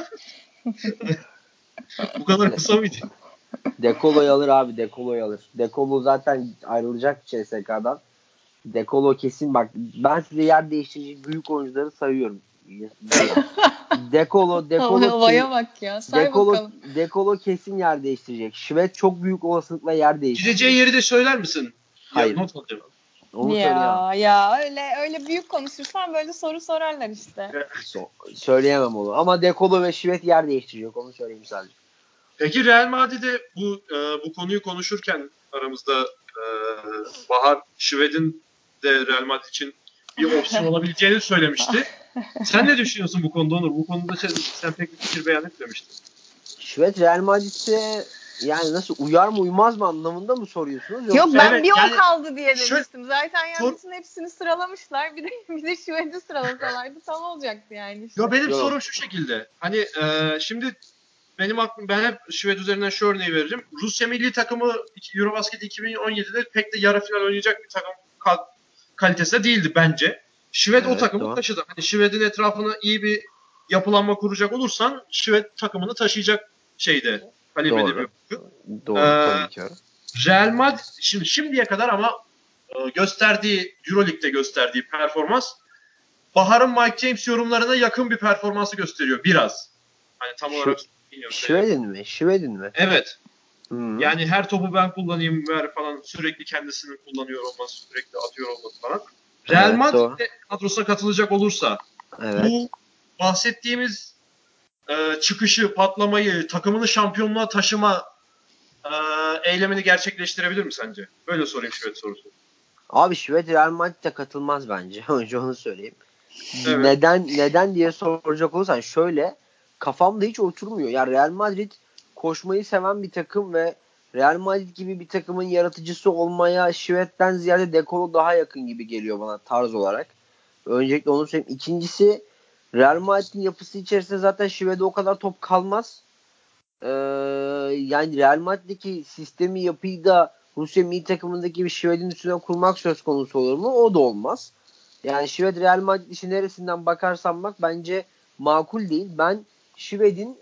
Bu kadar kısa mıydı? De Colo'yu alır abi. De Colo'yu alır. De Colo zaten ayrılacak CSK'dan. De Colo kesin bak. Ben size yer değiştirici büyük oyuncuları sayıyorum. De Colo havaya bak ya. Say bakalım. De Colo kesin yer değiştirecek. Şvet çok büyük olasılıkla yer değiştirecek. Gideceği yeri de söyler misin? Hayır. Ya, not alacağım. Onu söyleyemem. Ya öyle büyük konuşursan böyle soru sorarlar işte. Söyleyemem onu. Ama De Colo ve Şvet yer değiştirecek. Onu söyleyeyim sadece. Peki Real Madrid'e bu konuyu konuşurken aramızda Bahar Şved'in de Real Madrid için bir opsiyon olabileceğini söylemişti. Sen ne düşünüyorsun bu konuda Onur? Bu konuda sen pek bir fikir beyan etmemiştin. Şvet Real Madrid'e yani nasıl uyar mı uymaz mı anlamında mı soruyorsunuz? Yok ben bir o kaldı diye demiştim. Zaten yalnızın hepsini sıralamışlar. Bir de Şved'i sıralasalardı tam olacaktı yani. Işte. Yo benim sorum şu şekilde. Hani şimdi ben hep Şved üzerinden şu örneği veririm. Rusya milli takımı Eurobasket 2017'de pek de yarı final oynayacak bir takım kalitesinde değildi bence. Şved o takımı taşıdı. Hani Şved'in etrafına iyi bir yapılanma kuracak olursan Şved takımını taşıyacak kalibrede bir oyuncu. Doğru tabii ki. Real Madrid şimdiye kadar ama Euroleague'de gösterdiği performans Bahar'ın Mike James yorumlarına yakın bir performansı gösteriyor biraz. Hani tam olarak bilmiyorum. Şved'in mi? Evet. Yani her topu ben kullanayım ver falan sürekli kendisini kullanıyor olması, sürekli atıyor olması falan. Real Madrid'de kadrosuna katılacak olursa bu bahsettiğimiz çıkışı, patlamayı, takımını şampiyonluğa taşıma eylemini gerçekleştirebilir mi sence? Böyle sorayım Şved sorusu. Abi Şved Real Madrid'e katılmaz bence. Önce onu söyleyeyim. Evet. Neden diye soracak olursan şöyle kafamda hiç oturmuyor. Ya Real Madrid koşmayı seven bir takım ve Real Madrid gibi bir takımın yaratıcısı olmaya Şved'den ziyade De Colo daha yakın gibi geliyor bana tarz olarak. Öncelikle onu söyleyeyim. İkincisi Real Madrid'in yapısı içerisinde zaten Şved'e o kadar top kalmaz. Yani Real Madrid'deki sistemi yapıyı da Rusya milli takımındaki bir Şved'in üstüne kurmak söz konusu olur mu? O da olmaz. Yani Şved Real Madrid işi neresinden bakarsan bak bence makul değil. Ben Şved'in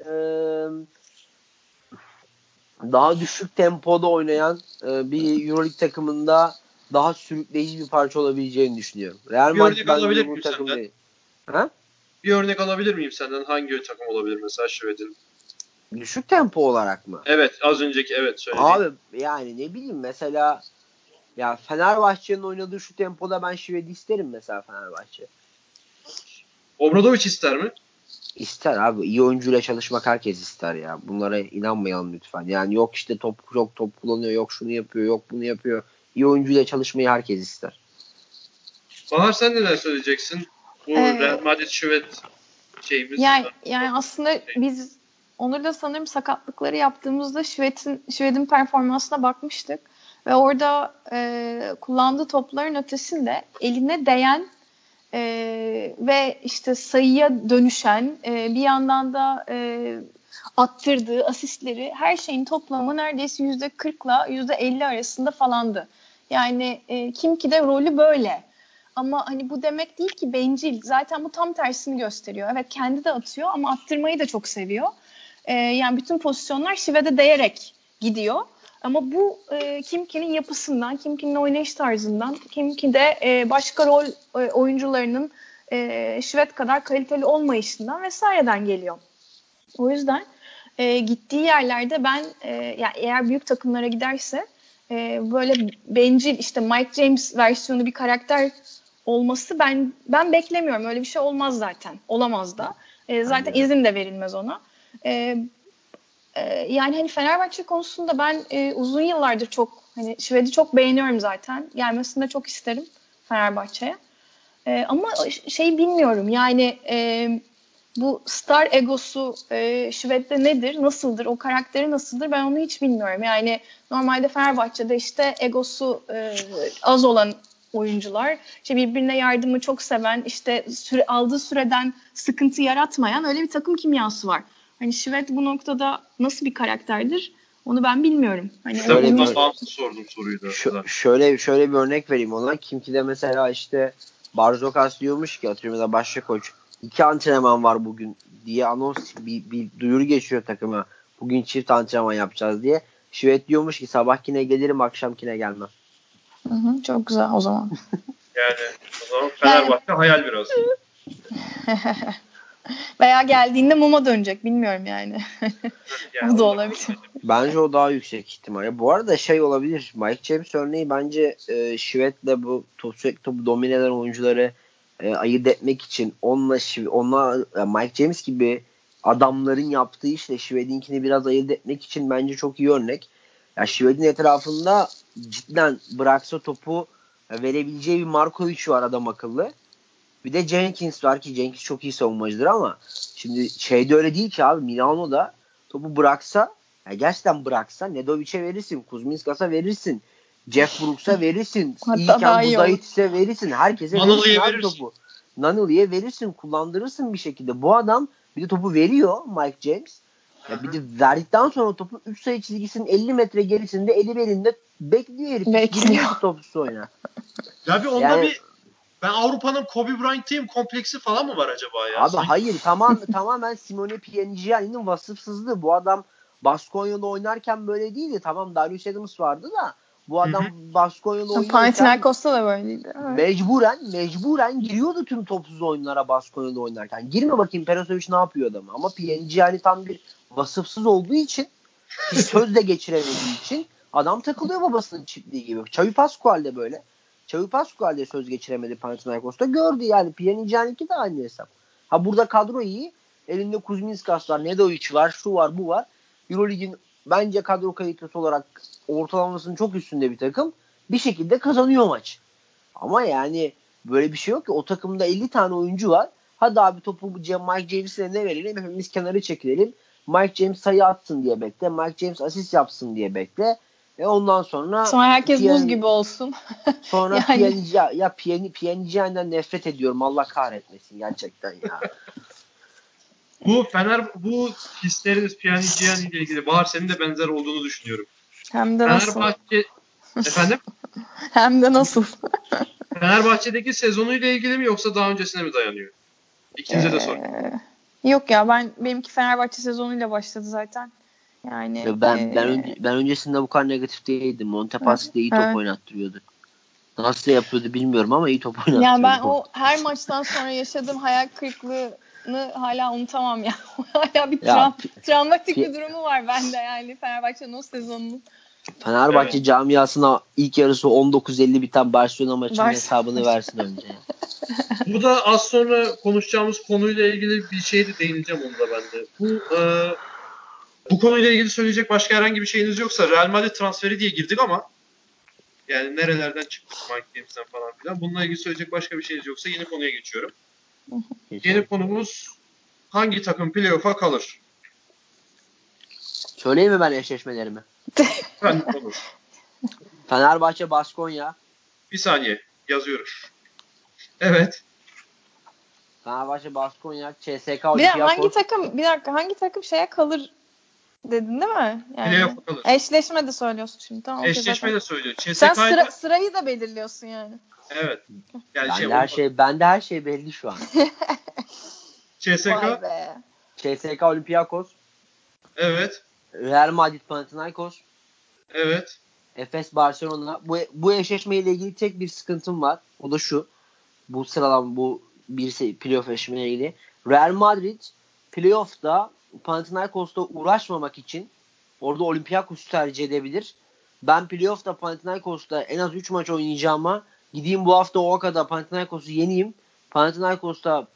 daha düşük tempoda oynayan bir Euroleague takımında daha sürükleyici bir parça olabileceğini düşünüyorum. Real Madrid bence bu takım değil. Ha? Bir örnek alabilir miyim senden? Hangi takım olabilir mesela Şved'in Düşük tempo olarak mı? Evet, az önceki söylediğim. Abi yani ne bileyim mesela ya Fenerbahçe'nin oynadığı şu tempoda ben Şived'i isterim mesela Fenerbahçe. Obradoviç ister mi? İster abi. İyi oyuncuyla çalışmak herkes ister ya. Bunlara inanmayalım lütfen. Yani yok işte top kullanıyor, yok şunu yapıyor, yok bunu yapıyor. İyi oyuncuyla çalışmayı herkes ister. Bahar sen neler söyleyeceksin? Bu Real Madrid Şivet şeyimiz. Yani aslında biz Onur'la sanırım sakatlıkları yaptığımızda Şved'in performansına bakmıştık. Ve orada kullandığı topların ötesinde eline değen ve işte sayıya dönüşen bir yandan da attırdığı asistleri her şeyin toplamı neredeyse %40'la %50 arasında falandı. Yani Kimki de rolü böyle. Ama hani bu demek değil ki bencil. Zaten bu tam tersini gösteriyor. Evet kendi de atıyor ama attırmayı da çok seviyor. Yani bütün pozisyonlar Şive'de değerek gidiyor. Ama bu Kimki'nin yapısından, Kimki'nin oynayış tarzından, Kimki'de başka rol oyuncularının Şivet kadar kaliteli olmayışından vesaireden geliyor. O yüzden gittiği yerlerde ben yani eğer büyük takımlara giderse böyle bencil işte Mike James versiyonu bir karakter olması ben beklemiyorum. Öyle bir şey olmaz zaten. Olamaz da. Zaten izin de verilmez ona. Yani hani Fenerbahçe konusunda ben uzun yıllardır çok hani Şved'i çok beğeniyorum zaten. Gelmesini de çok isterim Fenerbahçe'ye. Ama bilmiyorum yani bu star egosu Şved'de nedir, nasıldır, o karakteri nasıldır ben onu hiç bilmiyorum. Yani normalde Fenerbahçe'de işte egosu az olan oyuncular, işte birbirine yardımı çok seven, işte aldığı süreden sıkıntı yaratmayan öyle bir takım kimyası var. Hani Şved bu noktada nasıl bir karakterdir onu ben bilmiyorum. Hani Ondan bağımsız sorduğum soruydu. Şöyle bir örnek vereyim ona. Kimki de mesela işte Barzokas diyormuş ki atıyorum da başka koç 2 antrenman var bugün diye anons bir duyuru geçiyor takıma. Bugün çift antrenman yapacağız diye. Şivet diyormuş ki sabahkine gelirim akşamkine gelmem. Çok güzel o zaman. Yani o zaman Fenerbahçe hayal biraz. Veya geldiğinde muma dönecek bilmiyorum yani. O da olabilir. Bence o daha yüksek ihtimal. Bu arada olabilir. Mike James örneği bence Şivet'le bu sürekli topu domine eden oyuncuları ayırt etmek için onunla Mike James gibi adamların yaptığı işle Şivet'inkini biraz ayırt etmek için bence çok iyi örnek. Ya Şivet'in etrafında cidden bıraksa topu verebileceği bir Markovic var adam akıllı. Bir de Jenkins var ki Jenkins çok iyi savunmacıdır ama şimdi öyle değil ki abi Milano'da topu bıraksa gerçekten bıraksa Nedovic'e verirsin, Kuzminskas'a verirsin, Jeff Brooks'a verirsin, İlken Budaitis'e verirsin, herkese verirsin abi topu. Nunnally'e verirsin, kullandırırsın bir şekilde. Bu adam bir de topu veriyor Mike James. Ya bir de verdikten sonra topu 3 sayı çizgisinin 50 metre gerisinde eli belinde bekliyor herif. Bekliyor. Topsuz oynar. Ya bir onda ben Avrupa'nın Kobe Bryant'ıyım kompleksi falan mı var acaba ya? Abi hayır tamamen Simone Pianigiani'nin vasıfsızlığı. Bu adam Baskonya'da oynarken böyle değildi. Tamam Darius Adams vardı da bu adam Baskonya'da oynarken Panathinaikos'ta da böyleydi. Mecburen giriyordu tüm topsuz oyunlara Baskonya'da oynarken. Girme bakayım Perasovic ne yapıyor adamı. Ama Pianigiani tam bir vasıfsız olduğu için hiç söz de geçiremediği için adam takılıyor babasının çiftliği gibi. Xavi Pascual de böyle. Xavi Pascual de söz geçiremedi Panathinaikos'ta. Gördü yani. Pianigiani'ninki de aynı hesap. Ha burada kadro iyi. Elinde Kuzminskas var, Nedovic var, şu var, bu var. Eurolig'in bence kadro kalitesi olarak ortalamasının çok üstünde bir takım. Bir şekilde kazanıyor maç. Ama yani böyle bir şey yok ki. O takımda 50 tane oyuncu var. Hadi abi topu Mike James'e ne verelim? Hepimiz kenara çekilelim. Mike James sayı atsın diye bekle. Mike James asist yapsın diye bekle. Ondan sonra herkes buz gibi olsun. Sonra Pianigiani'den nefret ediyorum. Allah kahretmesin gerçekten ya. Bu hisleriniz Pianigiani ile ilgili Bahar senin de benzer olduğunu düşünüyorum. Hem de nasıl? Efendim? Hem de nasıl? Fenerbahçe'deki sezonuyla ilgili mi yoksa daha öncesine mi dayanıyor? İkinize de sor. Yok ya benimki Fenerbahçe sezonuyla başladı zaten. Yani ben öncesinde bu kadar negatif değildim. Montepassi de iyi top oynattırıyordu. Nasıl yapıyordu bilmiyorum ama iyi top oynattırıyordu. Yani ben o her maçtan sonra yaşadığım hayal kırıklığı Fenerbahçe'ni hala unutamam ya. Hala bir Ya, travmatik bir durumu var bende yani Fenerbahçe'nin o sezonunun. Fenerbahçe camiasına ilk yarısı 19.50 biten Barcelona maçının Barcelona. hesabını versin önce. Bu da az sonra konuşacağımız konuyla ilgili bir şey de değineceğim onu da ben de. Bu konuyla ilgili söyleyecek başka herhangi bir şeyiniz yoksa Real Madrid transferi diye girdik ama yani nerelerden çıktık Mike James'ten falan filan. Bununla ilgili söyleyecek başka bir şeyiniz yoksa yeni konuya geçiyorum. Yeni konumuz hangi takım playoff'a kalır? Söyleyeyim mi ben eşleşmelerimi? Ben olur. Fenerbahçe Baskonya. Bir saniye yazıyorum. Evet. Fenerbahçe Baskonya, CSKA Bir dakika Olympiakos. hangi takım şeye kalır dedin değil mi? Yani Playoff'a kalır. eşleşme de söylüyorsun şimdi. Tamam, okey, Eşleşme zaten. de söylüyor. Sen CSK'yla sırayı da belirliyorsun yani. evet. Yani Bende her şey belli şu an. CSK Vay be. CSKA Olympiakos, evet. Real Madrid Panathinaikos, Evet. Efes Barcelona. Bu eşleşmeyle ilgili tek bir sıkıntım var. O da şu. Bu sıralama bu bir playoff eşleşmeyle ilgili. Real Madrid playoff'ta Panathinaikos'ta uğraşmamak için orada Olympiakos'u tercih edebilir. Ben playoff'ta Panathinaikos'ta en az 3 maç oynayacağıma gideyim bu hafta o kadar Panathinaikos'u yeneyim. Panathinaikos'ta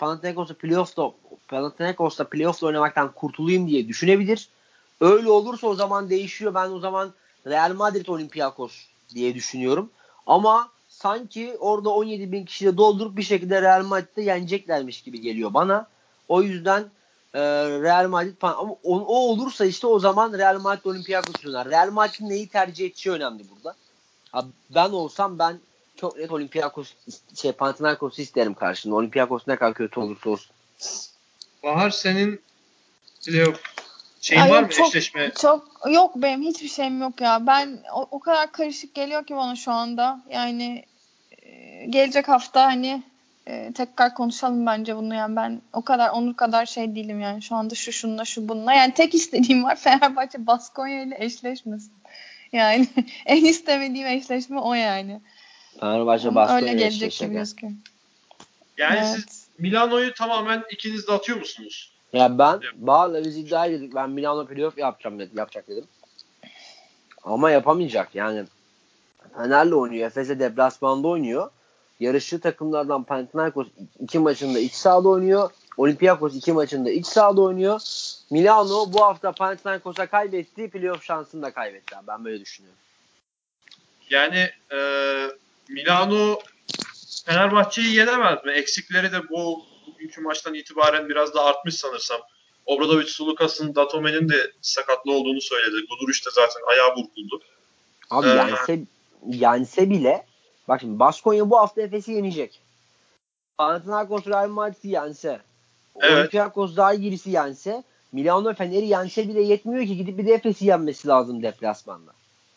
playoff'ta oynamaktan kurtulayım diye düşünebilir. Öyle olursa o zaman değişiyor. Ben o zaman Real Madrid Olympiakos diye düşünüyorum. Ama sanki orada 17 bin kişiyle doldurup bir şekilde Real Madrid'de yeneceklermiş gibi geliyor bana. O yüzden Real Madrid ama o olursa işte o zaman Real Madrid Olympiakos döner. Real Madrid'in neyi tercih edeceği önemli burada. Ben olsam ben çok net Panathinaikos'u isterim karşında. Olympiakos ne kadar kötü olursa olsun. Bahar senin playoff şeyin var mı eşleşme? Çok yok, benim hiçbir şeyim yok ya. Ben o kadar karışık geliyor ki bana şu anda. Yani gelecek hafta hani tekrar konuşalım bence bunu, yani ben o kadar Onur kadar şey değilim yani şu anda şununla bununla. Yani tek istediğim var, Fenerbahçe Baskonya ile eşleşmesin. Yani en istemediğim eşleşme o yani. Fenerbahçe Baskonya öyle ile gelecek eşleşecek. gibi gözüküyor. Yani Evet. siz Milano'yu tamamen ikiniz de atıyor musunuz? Ya ben Bağla biz iddia edildik. Ben Milano playoff yapacak dedim. Ama yapamayacak yani. Fener'le oynuyor. Efes'e deplasmanda oynuyor. Yarışçı takımlardan Panathinaikos 2 maçında iç sahada oynuyor. Olympiakos 2 maçında iç sahada oynuyor. Milano bu hafta Panathinaikos'a kaybetti. Playoff şansını da kaybetti. Ben böyle düşünüyorum. Yani Milano Fenerbahçe'yi yenemez mi? Eksikleri de bugünkü maçtan itibaren biraz da artmış sanırsam. Obradovic, Sulukas'ın, Datome'nin de sakatlı olduğunu söyledi. Guduric de zaten ayağı burkuldu. Abi yense bile bak şimdi Baskonya bu hafta Efes'i yenecek. Panathinaikos Real Madrid'i yense, Evet. Olympiakos Zalgiris'i yense, Milano Fener'i yense bile yetmiyor ki, gidip bir de Efes'i yenmesi lazım deplasmanda.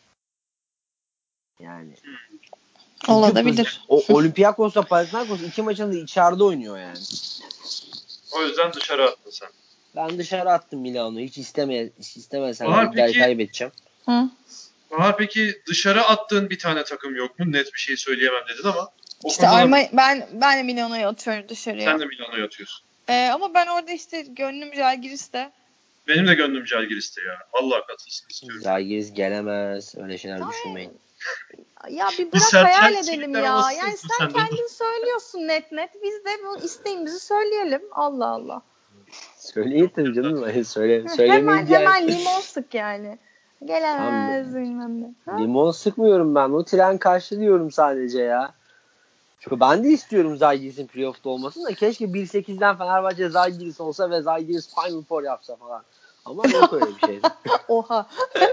Yani. Olabilir. Olympiakos'la Panathinaikos 2 maçında içeride oynuyor yani. O yüzden dışarı attın sen. Ben dışarı attım Milano'yu. Hiç istemesem Bahar, iddiayı peki, kaybedeceğim. Hı? Bahar peki dışarı attığın bir tane takım yok mu? Net bir şey söyleyemem dedin ama. İşte ben de Milano'yu atıyorum dışarıya. Sen de Milano'yu atıyorsun. Ama ben orada işte gönlüm Žalgiris'te. Benim de gönlüm Žalgiris'te ya. Vallahi katılsın istiyorum. Žalgiris gelemez. Öyle şeyler düşünmeyin. Ya bir bırak hayal edelim ya. Yani sen senden. kendin söylüyorsun net. Biz de bu isteğimizi söyleyelim. Allah Allah. Söyleyin tabii canım. Söylemeyin diye. Hemen limon sık yani. Gelemez bilmem ne. Limon sıkmıyorum ben. O tren karşılıyorum sadece ya. Çünkü ben de istiyorum Žalgiris'in playoff'ta olmasını da, keşke 1-8'den Fenerbahçe Žalgiris olsa ve Žalgiris Final Four yapsa falan. Ama yok öyle bir şey. Oha.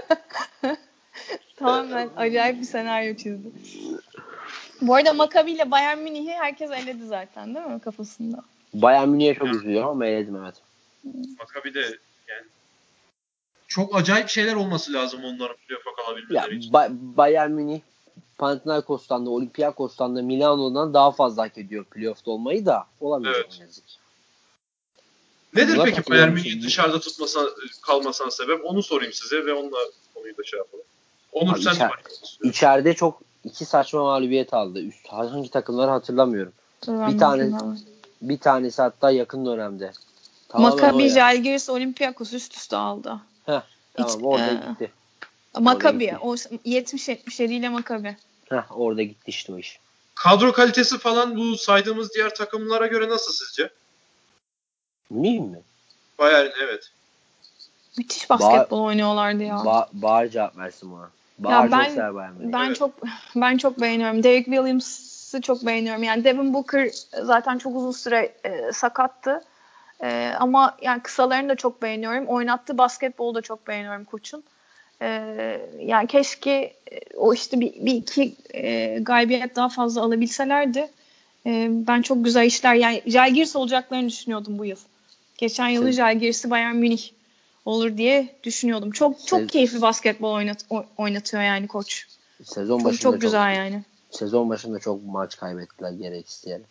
Tamamen acayip bir senaryo çizdi. Bu arada Maccabi ile Bayern Münih'i herkes eledi zaten değil mi kafasında? Bayern Münih'e çok üzülüyorum ama eledim, evet. Maccabi de yani çok acayip şeyler olması lazım onların playoff'a kalabilmeleri için. Bayern Münih Panathinaikos'tan da Olympiakos'tan da Milano'dan daha fazla hak ediyor playoff'ta olmayı da, olamayacak ne yazık ki. Nedir Buna peki Bayern Münih'i dışarıda kalmasına sebep? Onu sorayım size ve onunla konuyu da şey yapalım. Onur sen de başlamak istiyorsun. İçeride çok iki saçma mağlubiyet aldı. Hangi takımları hatırlamıyorum. Bir tanesi hatta yakın dönemde. Maccabi, Žalgiris, Olympiakos üst üste aldı. Tamam orada gitti. Maccabi. O 70-77 ile Maccabi. Orada gitti işte o iş. Kadro kalitesi falan bu saydığımız diğer takımlara göre nasıl sizce? Mühim mi? Bayağı evet. Müthiş basketbol oynuyorlardı ya. Bahar cevap versin bana. Bahar çok sever ben çok beğeniyorum. Derek Williams'ı çok beğeniyorum. Yani Devin Booker zaten çok uzun süre sakattı. Ama yani kısalarını da çok beğeniyorum. Oynattığı basketbolu da çok beğeniyorum koçun. Yani keşke o işte bir iki galibiyet daha fazla alabilselerdi. Ben çok güzel işler yani Žalgiris olacaklarını düşünüyordum bu yıl. Geçen yılın Žalgiris'i Bayern Münih olur diye düşünüyordum. Çok keyifli basketbol oynatıyor yani koç. Sezon başında çok güzel yani. Sezon başında çok maç kaybettiler gereksiz yere.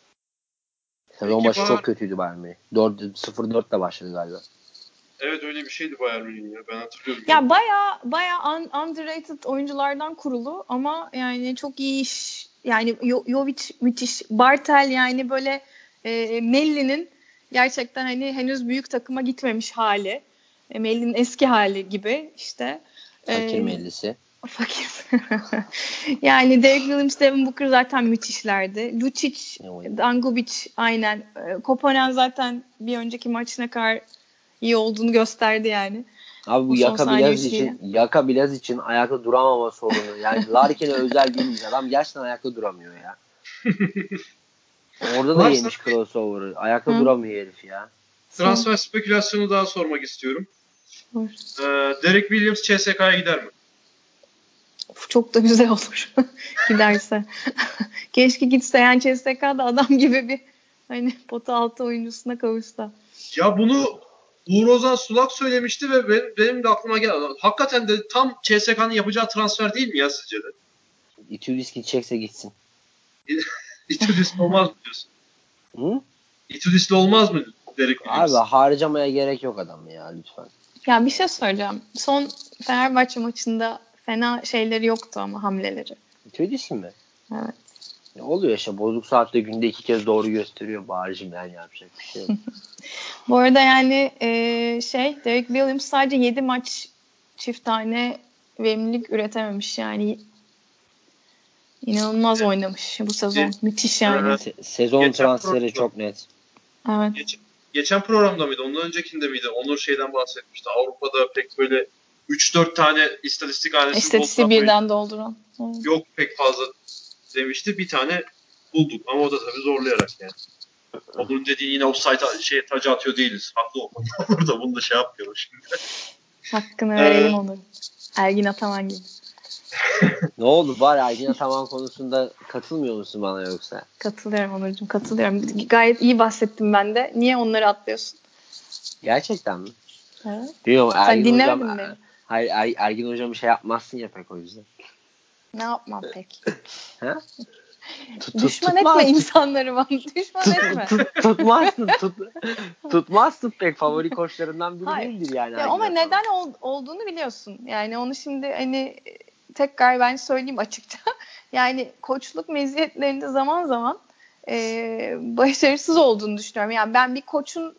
Sezon başı çok kötüydü Bayern Münih. 0-4'le başladı galiba. Evet öyle bir şeydi Bayern Münih'in ya. Ben hatırlıyorum. Ya bayağı underrated oyunculardan kurulu ama yani çok iyi iş. Yani Jovic müthiş. Bartel yani böyle Melli'nin gerçekten hani henüz büyük takıma gitmemiş hali. Melli'nin eski hali gibi işte. Fakir Mellisi. Fakir. Yani Derek Williams, Devin Booker zaten müthişlerdi. Lucic, Dangubic aynen. Kopanen zaten bir önceki maç ne kadar iyi olduğunu gösterdi yani. Abi bu Yaka Bilaz için ayakta duramama sorunu. Yani Larkin'e özel değilmiş. Adam gerçekten ayakta duramıyor ya. Orada da yemiş crossover'ı. Ayakta duramıyor herif ya. Transfer spekülasyonu daha sormak istiyorum. Derek Williams CSK'ya gider mi? Çok da güzel olur giderse. Keşke gitse yani CSK'da adam gibi bir hani pota altı oyuncusuna kavuşsa. Ya bunu Uğur Ozan Sulak söylemişti ve benim de aklıma geldi. Hakikaten de tam CSK'nın yapacağı transfer değil mi ya sizce de? İtudis gidecekse gitsin. İtudis'le olmaz mı diyorsun? Hı? İtudis'le olmaz mı Derek Williams? Abi harcamaya gerek yok adam ya lütfen. Ya bir şey söyleyeceğim. Son Fenerbahçe maçında fena şeyleri yoktu ama hamleleri. İtudis mi? Evet. Ne oluyor işte bozuk saatte günde 2 kez doğru gösteriyor Bahar'cığım yani yapacak bir şey yok. Bu arada yani Derek Williams sadece 7 maç çift tane verimlilik üretememiş yani. İnanılmaz oynamış bu sezon. Müthiş yani. Sezon transferi çok net. Evet. Geçen programda mıydı? Ondan öncekinde miydi? Onur şeyden bahsetmişti. Avrupa'da pek böyle 3-4 tane istatistik hanesini İstatistiği birden dolduran. Evet. Yok pek fazla demişti. Bir tane bulduk ama o da tabii zorlayarak yani. Onun dediği yine offside tacı atıyor değiliz. Haklı orada bunu da şey yapmıyorum şimdi. Hakkını verelim Onur. Ergin Ataman gibi. Ne oldu var Ergin Ataman konusunda katılmıyor musun bana yoksa? Katılıyorum Onurcuğum katılıyorum. Gayet iyi bahsettim ben de. Niye onları atlıyorsun? Gerçekten mi? Evet. Bilmiyorum Ergin hocam. Hayır Ergin hocam bir şey yapmazsın ya pek o yüzden. Ne yapmam pek? Ha? Düşman etme insanları bana. Düşman etme. Tutmazsın pek favori koçlarından biri değildir yani. Ya ama neden olduğunu biliyorsun. Yani onu şimdi hani tekrar ben söyleyeyim açıkça. Yani koçluk meziyetlerinde zaman zaman başarısız olduğunu düşünüyorum. Yani ben bir koçun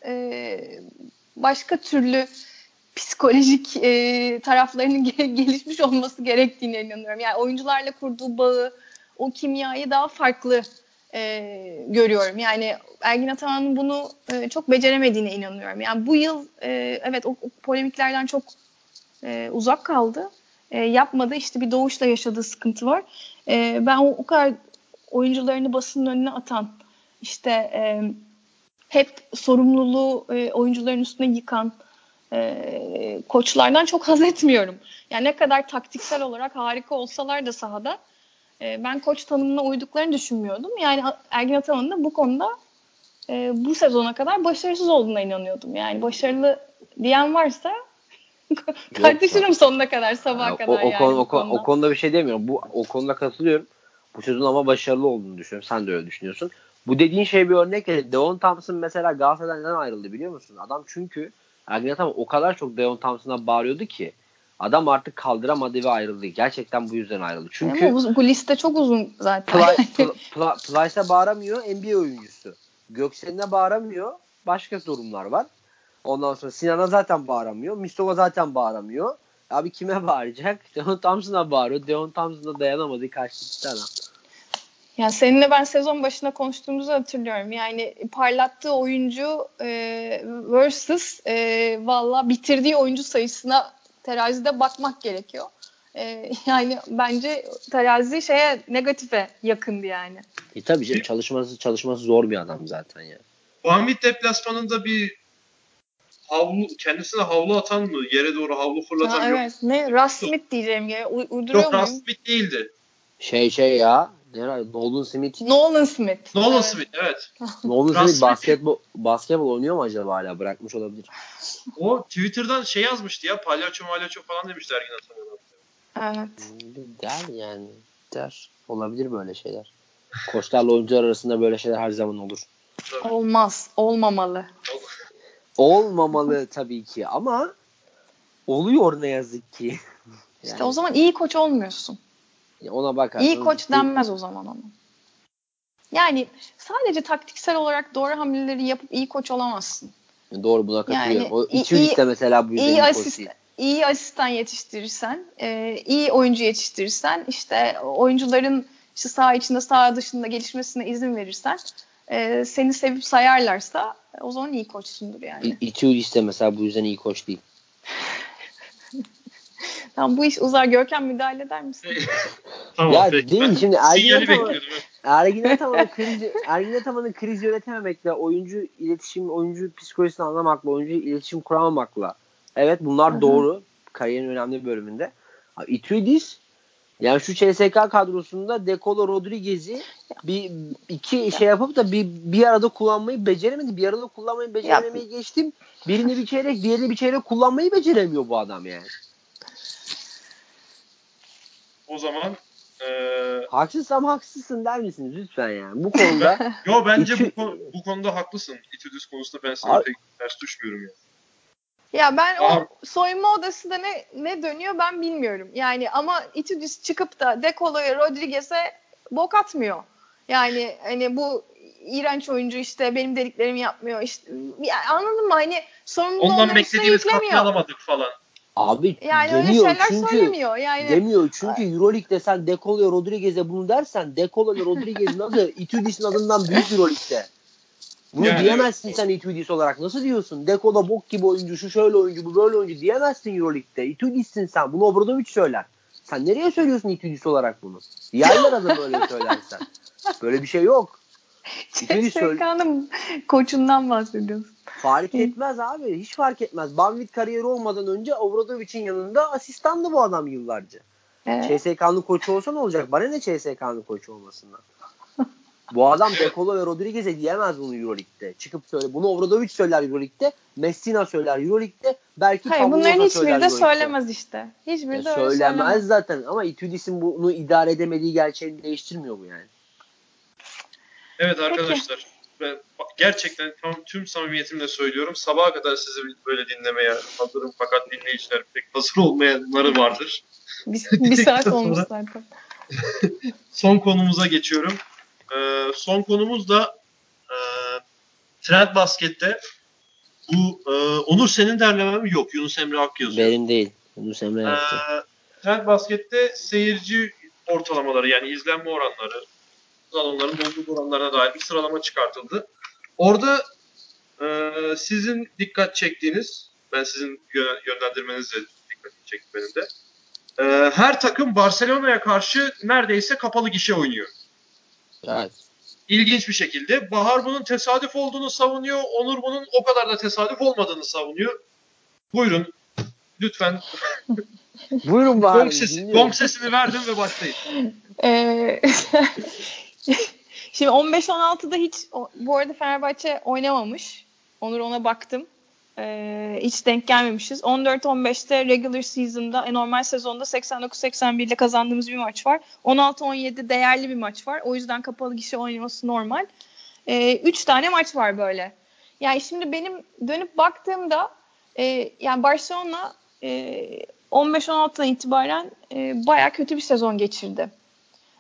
başka türlü psikolojik taraflarının gelişmiş olması gerektiğine inanıyorum. Yani oyuncularla kurduğu bağı, o kimyayı daha farklı görüyorum. Yani Ergin Ataman'ın bunu çok beceremediğine inanıyorum. Yani bu yıl evet o polemiklerden çok uzak kaldı. Yapmadı. İşte bir Doğuş'la yaşadığı sıkıntı var. Ben o kadar oyuncularını basının önüne atan, işte hep sorumluluğu oyuncuların üstüne yıkan koçlardan çok haz etmiyorum. Yani ne kadar taktiksel olarak harika olsalar da sahada ben koç tanımına uyduklarını düşünmüyordum. Yani Ergin Ataman'ın da bu konuda bu sezona kadar başarısız olduğuna inanıyordum. Yani başarılı diyen varsa tartışırım sonuna kadar sabaha kadar o konuda bir şey demiyorum. O konuda katılıyorum. Bu sezon ama başarılı olduğunu düşünüyorum. Sen de öyle düşünüyorsun. Bu dediğin şey bir örnek. Deon Thompson mesela Galatasaray'dan neden ayrıldı biliyor musun? Adam çünkü Ergin Ataman o kadar çok Deon Thompson'a bağırıyordu ki adam artık kaldıramadı ve ayrıldı. Gerçekten bu yüzden ayrıldı. Çünkü ama bu liste çok uzun zaten. Plyce'a bağıramıyor NBA oyuncusu. Göksel'ine bağıramıyor. başka durumlar var. Ondan sonra Sinan'a zaten bağıramıyor. Mistova zaten bağıramıyor. Abi kime bağıracak? Deon Thompson'a bağırıyor. Deon Thompson'a dayanamadı. Kaçtı bir tane. Yani seninle ben sezon başında konuştuğumuzu hatırlıyorum. Yani parlattığı oyuncu versus valla bitirdiği oyuncu sayısına terazide bakmak gerekiyor. Yani bence terazi negatife yakındı yani. Tabii canım, çalışması zor bir adam zaten ya. Muhammed deplasmanında bir kendisine havlu atan mı? Yere doğru havlu fırlatan yok. Evet. Ne? Russ Smith diyeceğim ya. Uyduruyor Yok, muyum? Russ Smith değildi. Ya. Nolan Smith. Nolan Smith, evet. Nolan Smith basketbol oynuyor mu acaba hala? Bırakmış olabilir. O Twitter'dan yazmıştı ya. Palyaço falan demişti Ergin Ataman'a. Evet. Der yani. Der. Olabilir böyle şeyler. Koçlarla oyuncular arasında böyle şeyler her zaman olur. Olmaz. Olmamalı. Olmamalı tabii ki ama oluyor ne yazık ki. Yani, İşte o zaman iyi koç olmuyorsun. Ona bakarsan. İyi koç denmez o zaman ona. Yani sadece taktiksel olarak doğru hamleleri yapıp iyi koç olamazsın. Doğru, buna katılıyorum. Yani, o İTÜ'de mesela bu yüzden iyi koç değil. İyi asistan yetiştirirsen, iyi oyuncu yetiştirirsen, işte oyuncuların işte saha içinde saha dışında gelişmesine izin verirsen, seni sevip sayarlarsa o zaman iyi koçsundur yani. İTÜ'de mesela bu yüzden iyi koç değil. Tamam, bu iş uzar. Görkem, müdahale eder misin? Tamam, ya peki. değil şimdi Ergin Ataman'ın kriz yönetememekle, oyuncu psikolojisini anlamakla, oyuncu iletişim kuramamakla, evet bunlar doğru. Kariyerin önemli bir bölümünde. Itudis yani şu CSK kadrosunda Decolo Rodriguez'i iki yapıp da bir arada kullanmayı beceremedi. Bir arada kullanmayı beceremeyi geçtim. Birini bir çeyrek, diğerini bir çeyrek kullanmayı beceremiyor bu adam yani. O zaman haksızsam haksızsın der misiniz lütfen yani bu konuda? Bence bu konuda haklısın. İTÜDÜS konusunda ben sana pek ters düşmüyorum yani. Ya ben o soyunma odasında ne dönüyor ben bilmiyorum. Yani ama İTÜDÜS çıkıp da Decolo'ya, Rodriguez'e bok atmıyor. Yani hani bu iğrenç oyuncu işte benim dediklerimi yapmıyor. İşte, yani anladın mı? Hani sorumluluğu ondan beklediğimiz katkıyı alamadık falan. Abi yani demiyor öyle şeyler söylemiyor. Yani demiyor çünkü Euroleague'de sen Decolo'ya, Rodriguez'e bunu dersen Decolo'ya, Rodriguez'in adı İTÜDİS'in adından büyük Euroleague'de. Bunu yani diyemezsin sen İTÜDİS olarak. Nasıl diyorsun? Decolo bok gibi oyuncu, şu şöyle oyuncu, bu böyle oyuncu diyemezsin Euroleague'de. İTÜDİS'sin sen. Bunu Obradovic söyler. Sen nereye söylüyorsun İTÜDİS olarak bunu? Yerler da böyle söylersen. Böyle bir şey yok. CSK'nın koçundan bahsediyorsun. Fark etmez abi. Hiç fark etmez. Banvit kariyeri olmadan önce Obradovic'in yanında asistandı bu adam yıllarca. CSK'nın koçu olsa ne olacak? Bana ne CSK'nın koçu olmasından? Bu adam Decolo ve Rodriguez'e diyemez bunu Euroleague'de. Çıkıp söyle. Bunu Obradovic söyler Euroleague'de. Messina söyler Euroleague'de. Belki bunların hiçbiri de Euroleague'de. söylemez işte. Hiçbiri de öyle söylemez zaten ama İTÜDİS'in bunu idare edemediği gerçeğini değiştirmiyor bu yani. Evet arkadaşlar. Ben gerçekten tüm samimiyetimle söylüyorum. Sabaha kadar sizi böyle dinlemeye hazırım. Fakat dinleyiciler pek hazır olmayanları vardır. Bir saat olmuş zaten. Son konumuza geçiyorum. Son konumuz da Trend Basket'te bu Onur senin derlemen mi? Yok. Yunus Emre Ak yazıyor. Benim değil. Yunus Emre yaptı. Trend Basket'te seyirci ortalamaları yani izlenme oranları, salonların doluluk oranlarına dair bir sıralama çıkartıldı. Orada sizin dikkat çektiğiniz, ben sizin yönlendirmenizle dikkat çekti benim de. Her takım Barcelona'ya karşı neredeyse kapalı gişe oynuyor. Evet. İlginç bir şekilde. Bahar bunun tesadüf olduğunu savunuyor. Onur bunun o kadar da tesadüf olmadığını savunuyor. Buyurun. Lütfen. Buyurun Bahar. Gong sesini verdim ve başlayın. Şimdi 15-16'da hiç bu arada Fenerbahçe oynamamış. Onur ona baktım. Hiç denk gelmemişiz. 14-15'te regular season'da normal sezonda 89-81 ile kazandığımız bir maç var. 16-17 değerli bir maç var. O yüzden kapalı gişe oynaması normal. 3 tane maç var böyle. Yani şimdi benim dönüp baktığımda yani Barcelona 15-16'dan itibaren bayağı kötü bir sezon geçirdi.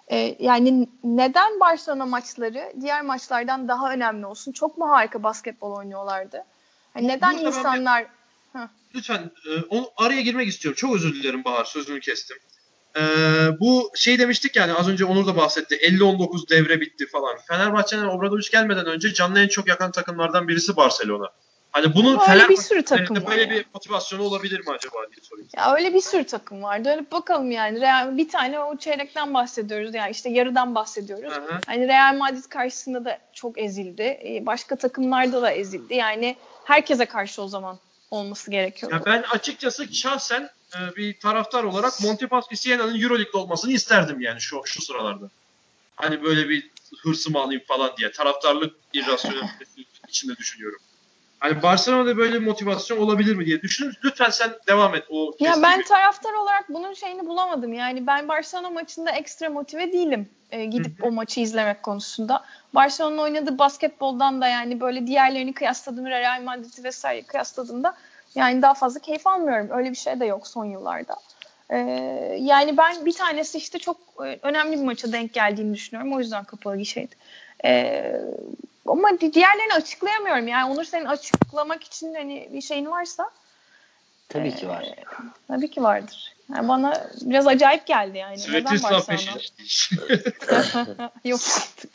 Yani neden Barcelona maçları diğer maçlardan daha önemli olsun? Çok mu harika basketbol oynuyorlardı? Hani neden Burada insanlar... lütfen araya girmek istiyorum. Çok özür dilerim Bahar, sözünü kestim. Bu şey demiştik yani, az önce Onur da bahsetti. 50-19 devre bitti falan. Fenerbahçe'den Obradoviç gelmeden önce canlı en çok yakan takımlardan birisi Barcelona. Hani bunun öyle bir sürü takım Fenerbahçe'de var böyle ya. bir motivasyonu olabilir mi acaba diye sorayım. Ya öyle bir sürü takım var. Dönüp bakalım yani. Bir tane o çeyrekten bahsediyoruz. Yani işte yarıdan bahsediyoruz. Hı-hı. Hani Real Madrid karşısında da çok ezildi. Başka takımlarda da ezildi. Yani herkese karşı o zaman olması gerekiyordu. Ya ben açıkçası şahsen bir taraftar olarak Montepaschi Siena'nın Euroleague'de olmasını isterdim yani şu sıralarda. Hani böyle bir hırsımı alayım falan diye. Taraftarlık irrasyonelitesi içinde düşünüyorum. Hani Barcelona'da böyle bir motivasyon olabilir mi diye düşünün. Lütfen sen devam et o Ya ben kestiği. taraftar olarak bunun şeyini bulamadım. Yani ben Barcelona maçında ekstra motive değilim gidip o maçı izlemek konusunda. Barcelona'nın oynadığı basketboldan da yani böyle diğerlerini kıyasladığımda, Real Madrid'i vesaire kıyasladığımda yani daha fazla keyif almıyorum. Öyle bir şey de yok son yıllarda. Yani ben bir tanesi işte çok önemli bir maça denk geldiğini düşünüyorum. O yüzden kapalı gişeydi. Ama diğerlerini açıklayamıyorum. Yani Onur, senin açıklamak için hani bir şeyin varsa. Tabii ki var. Tabii ki vardır. Yani bana biraz acayip geldi yani. Neden Svetlana Barcelona? Yok artık.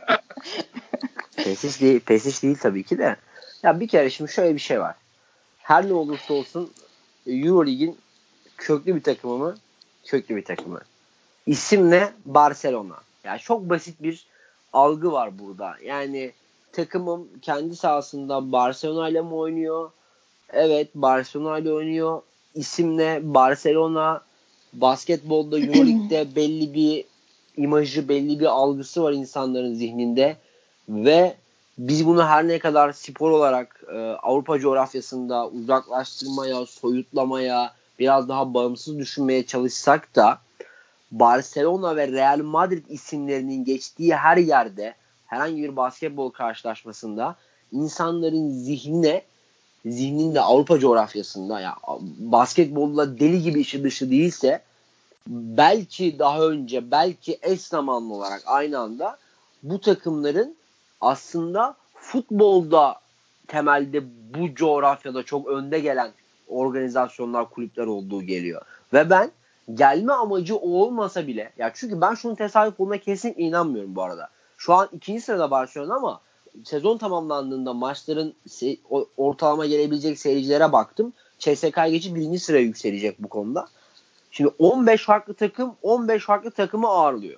Pesic değil tabii ki de. Ya bir kere şimdi şöyle bir şey var. Her ne olursa olsun Euroleague'in köklü bir takımı mı? Köklü bir takımı. İsim ne? Barcelona. Yani çok basit bir algı var burada. Yani takımım kendi sahasında Barcelona ile mi oynuyor? Evet, Barcelona ile oynuyor. İsim ne? Barcelona. Basketbolda, Euroleague'de belli bir imajı, belli bir algısı var insanların zihninde. Ve biz bunu her ne kadar spor olarak Avrupa coğrafyasında uzaklaştırmaya, soyutlamaya, biraz daha bağımsız düşünmeye çalışsak da Barcelona ve Real Madrid isimlerinin geçtiği her yerde, herhangi bir basketbol karşılaşmasında insanların zihninde Avrupa coğrafyasında, ya basketbolla deli gibi işi dışı değilse, belki daha önce, belki eş zamanlı olarak aynı anda bu takımların aslında futbolda temelde bu coğrafyada çok önde gelen organizasyonlar, kulüpler olduğu geliyor. Ve ben gelme amacı o olmasa bile, ya çünkü ben şunun tesadüf olduğuna kesinlikle inanmıyorum bu arada. Şu an 2. sırada Barcelona ama sezon tamamlandığında maçların ortalama gelebilecek seyircilere baktım. CSK'ya geçip 1. sıraya yükselecek bu konuda. Şimdi 15 farklı takım 15 farklı takımı ağırlıyor.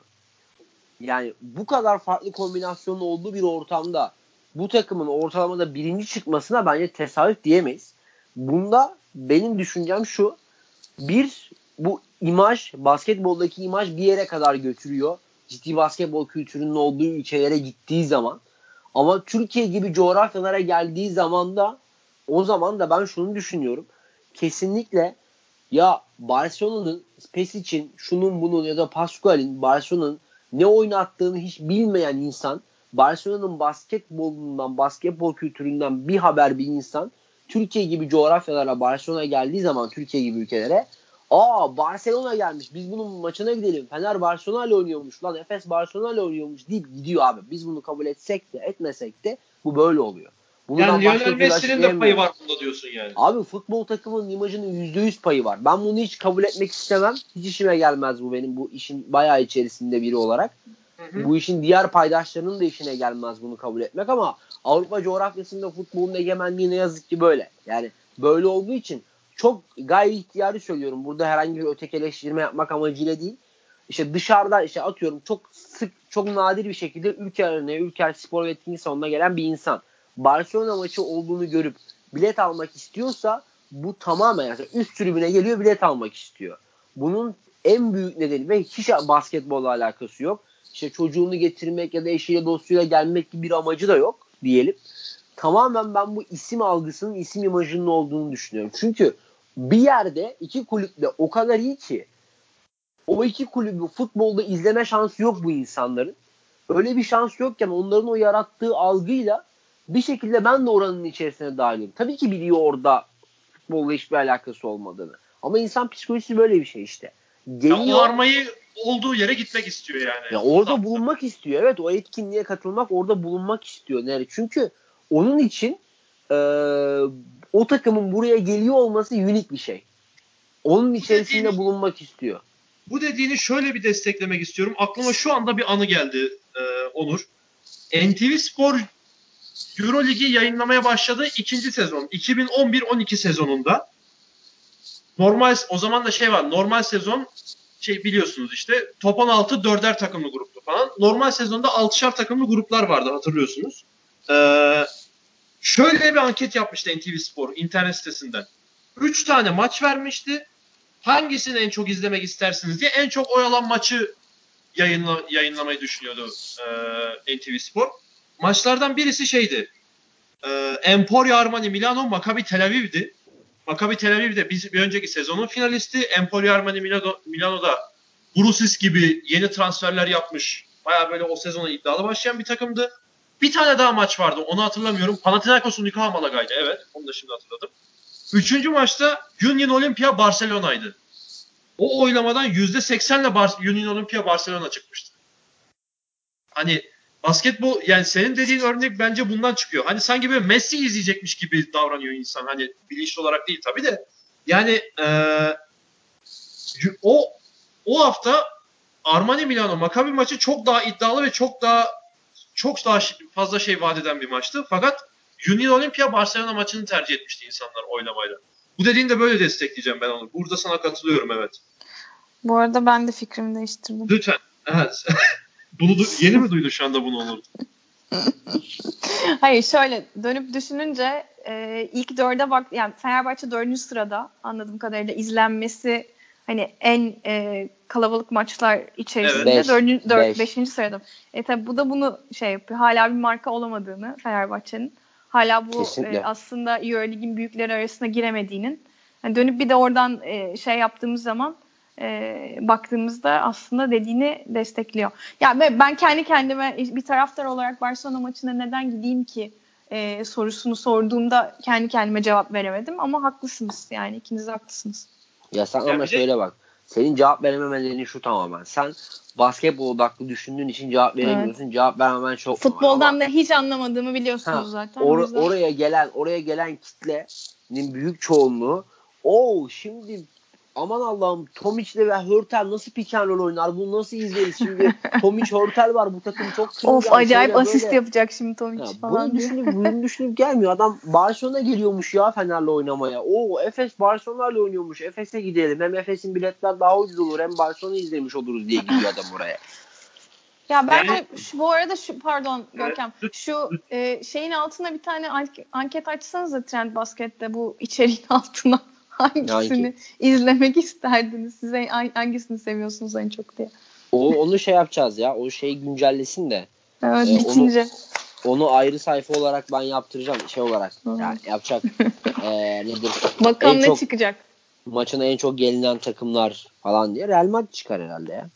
Yani bu kadar farklı kombinasyonun olduğu bir ortamda bu takımın ortalamada 1. çıkmasına bence tesadüf diyemeyiz. Bunda benim düşüncem şu. Bir, bu imaj, basketboldaki imaj bir yere kadar götürüyor. Ciddi basketbol kültürünün olduğu ülkelere gittiği zaman. Ama Türkiye gibi coğrafyalara geldiği zaman da, o zaman da ben şunu düşünüyorum. Kesinlikle ya Barcelona'nın, Pesic'in, şunun bunun ya da Pascual'in Barcelona'nın ne oynattığını hiç bilmeyen insan, Barcelona'nın basketbolundan, basketbol kültüründen bir haber bir insan, Türkiye gibi coğrafyalara Barcelona geldiği zaman, Türkiye gibi ülkelere, Barcelona gelmiş, biz bunun maçına gidelim, Fener Barcelona ile oynuyormuş lan, Efes Barcelona ile oynuyormuş deyip gidiyor abi. Biz bunu kabul etsek de etmesek de bu böyle oluyor. Bunu Yani ben başka Lionel türlü Messi'nin de payı açıklayamıyorum. var bunda diyorsun yani. Abi futbol takımının imajının %100 payı var. Ben bunu hiç kabul etmek istemem. Hiç işime gelmez bu, benim bu işin bayağı içerisinde biri olarak. Hı-hı. Bu işin diğer paydaşlarının da işine gelmez bunu kabul etmek, ama Avrupa coğrafyasında futbolun egemenliği ne yazık ki böyle. Yani böyle olduğu için çok gayri ihtiyari söylüyorum. Burada herhangi bir ötekileştirme yapmak amacıyla değil. İşte dışarıda işte atıyorum çok sık, çok nadir bir şekilde Ülker Spor ve Etkinlik Salonu'na gelen bir insan Barcelona maçı olduğunu görüp bilet almak istiyorsa, bu tamamen yani üst tribüne geliyor, bilet almak istiyor. Bunun en büyük nedeni ve hiç basketbolla alakası yok. İşte çocuğunu getirmek ya da eşiyle dostuyla gelmek gibi bir amacı da yok diyelim. Tamamen ben bu isim algısının, isim imajının olduğunu düşünüyorum. Çünkü bir yerde iki kulüp de o kadar iyi ki o iki kulübü futbolda izleme şansı yok bu insanların. Öyle bir şans yokken onların o yarattığı algıyla bir şekilde ben de oranın içerisine dahilim. Tabii ki biliyor orada futbolla hiçbir alakası olmadığını. Ama insan psikolojisi böyle bir şey işte. Ya o Geliyor. armayı olduğu yere gitmek istiyor yani. Ya orada bulunmak istiyor. Evet, o etkinliğe katılmak, orada bulunmak istiyor. Yani çünkü onun için o takımın buraya geliyor olması unik bir şey. Onun içerisinde bulunmak istiyor. Bu dediğini şöyle bir desteklemek istiyorum. Aklıma şu anda bir anı geldi Onur. NTV Spor Euroligi yayınlamaya başladığı ikinci sezon 2011-12 sezonunda normal o zaman da şey var. Normal sezon biliyorsunuz işte top 16 4'er takımlı gruptu falan. Normal sezonda 6'şar takımlı gruplar vardı hatırlıyorsunuz. Şöyle bir anket yapmıştı NTV Spor internet sitesinden. 3 tane maç vermişti. Hangisini en çok izlemek istersiniz diye en çok oy alan maçı yayınlamayı düşünüyordu NTV Spor. Maçlardan birisi şeydi. Emporio Armani Milano Maccabi Tel Aviv'di. Maccabi Tel Aviv de bir önceki sezonun finalisti. Emporio Armani Milano'da Brusis gibi yeni transferler yapmış. Baya böyle o sezona iddialı başlayan bir takımdı. Bir tane daha maç vardı. Onu hatırlamıyorum. Panathinaikos'un Nikola Malaga'ydı. Evet. Onu da şimdi hatırladım. Üçüncü maçta Union Olympia Barcelona'ydı. O oylamadan %80'le Union Olympia Barcelona çıkmıştı. Hani basketbol yani senin dediğin örnek bence bundan çıkıyor. Hani sanki böyle Messi izleyecekmiş gibi davranıyor insan. Hani bilinçli olarak değil tabii de. Yani o hafta Armani Milano Maccabi maçı çok daha iddialı ve çok daha fazla şey vaat eden bir maçtı. Fakat Union Olympia Barcelona maçını tercih etmişti insanlar oylamayla. Bu dediğini de böyle destekleyeceğim ben onu. Burada sana katılıyorum evet. Bu arada ben de fikrimi değiştirdim. Lütfen. Evet. Bunu yeni mi duydun şu anda bunu Onur? Hayır şöyle dönüp düşününce ilk dörde bak yani Fenerbahçe 4. sırada anladığım kadarıyla izlenmesi hani en kalabalık maçlar içerisinde evet. 5. sırada. Tabi bu da bunu şey yapıyor. Hala bir marka olamadığını Fenerbahçe'nin. Hala bu aslında Euroleague'in büyükleri arasına giremediğinin. Yani dönüp bir de oradan şey yaptığımız zaman baktığımızda aslında dediğini destekliyor. Ya ben kendi kendime bir taraftar olarak Barcelona maçına neden gideyim ki sorusunu sorduğumda kendi kendime cevap veremedim ama haklısınız yani ikiniz de haklısınız. Ya sen ama şöyle bak. Senin cevap verememelerin şu tamamen. Sen basketbol odaklı düşündüğün için cevap veremiyorsun. Evet. Cevap vermemen çok Futboldan da hiç anlamadığımı biliyorsunuz zaten. Oraya gelen kitlenin büyük çoğunluğu şimdi aman Allah'ım Tomic'le ve Hurtel nasıl pick and roll oynar? Bunu nasıl izleriz? Şimdi Tomic Hurtel var. Bu takım çok kırılgan. Of acayip asist yapacak şimdi Tomic falan diye. Bunu düşünüp gelmiyor. Adam Barcelona geliyormuş ya Fener'le oynamaya. Efes Barcelona'yla oynuyormuş. Efes'e gidelim. Hem Efes'in biletler daha ucuz olur. Hem Barcelona'yı izlemiş oluruz diye gidiyor adam oraya. Ya ben bu arada pardon Görkem şu şeyin altına bir tane anket açsanıza Trend Basket'te bu içeriğin altına hangisini izlemek isterdiniz? Siz hangisini seviyorsunuz en çok diye. Onu şey yapacağız ya. O şeyi güncellesin de. Evet bitince. Onu ayrı sayfa olarak ben yaptıracağım. Şey olarak. Yani yapacak. Nedir? Bakalım ne çıkacak. Maçına en çok gelinen takımlar falan diye. Real Madrid çıkar herhalde ya.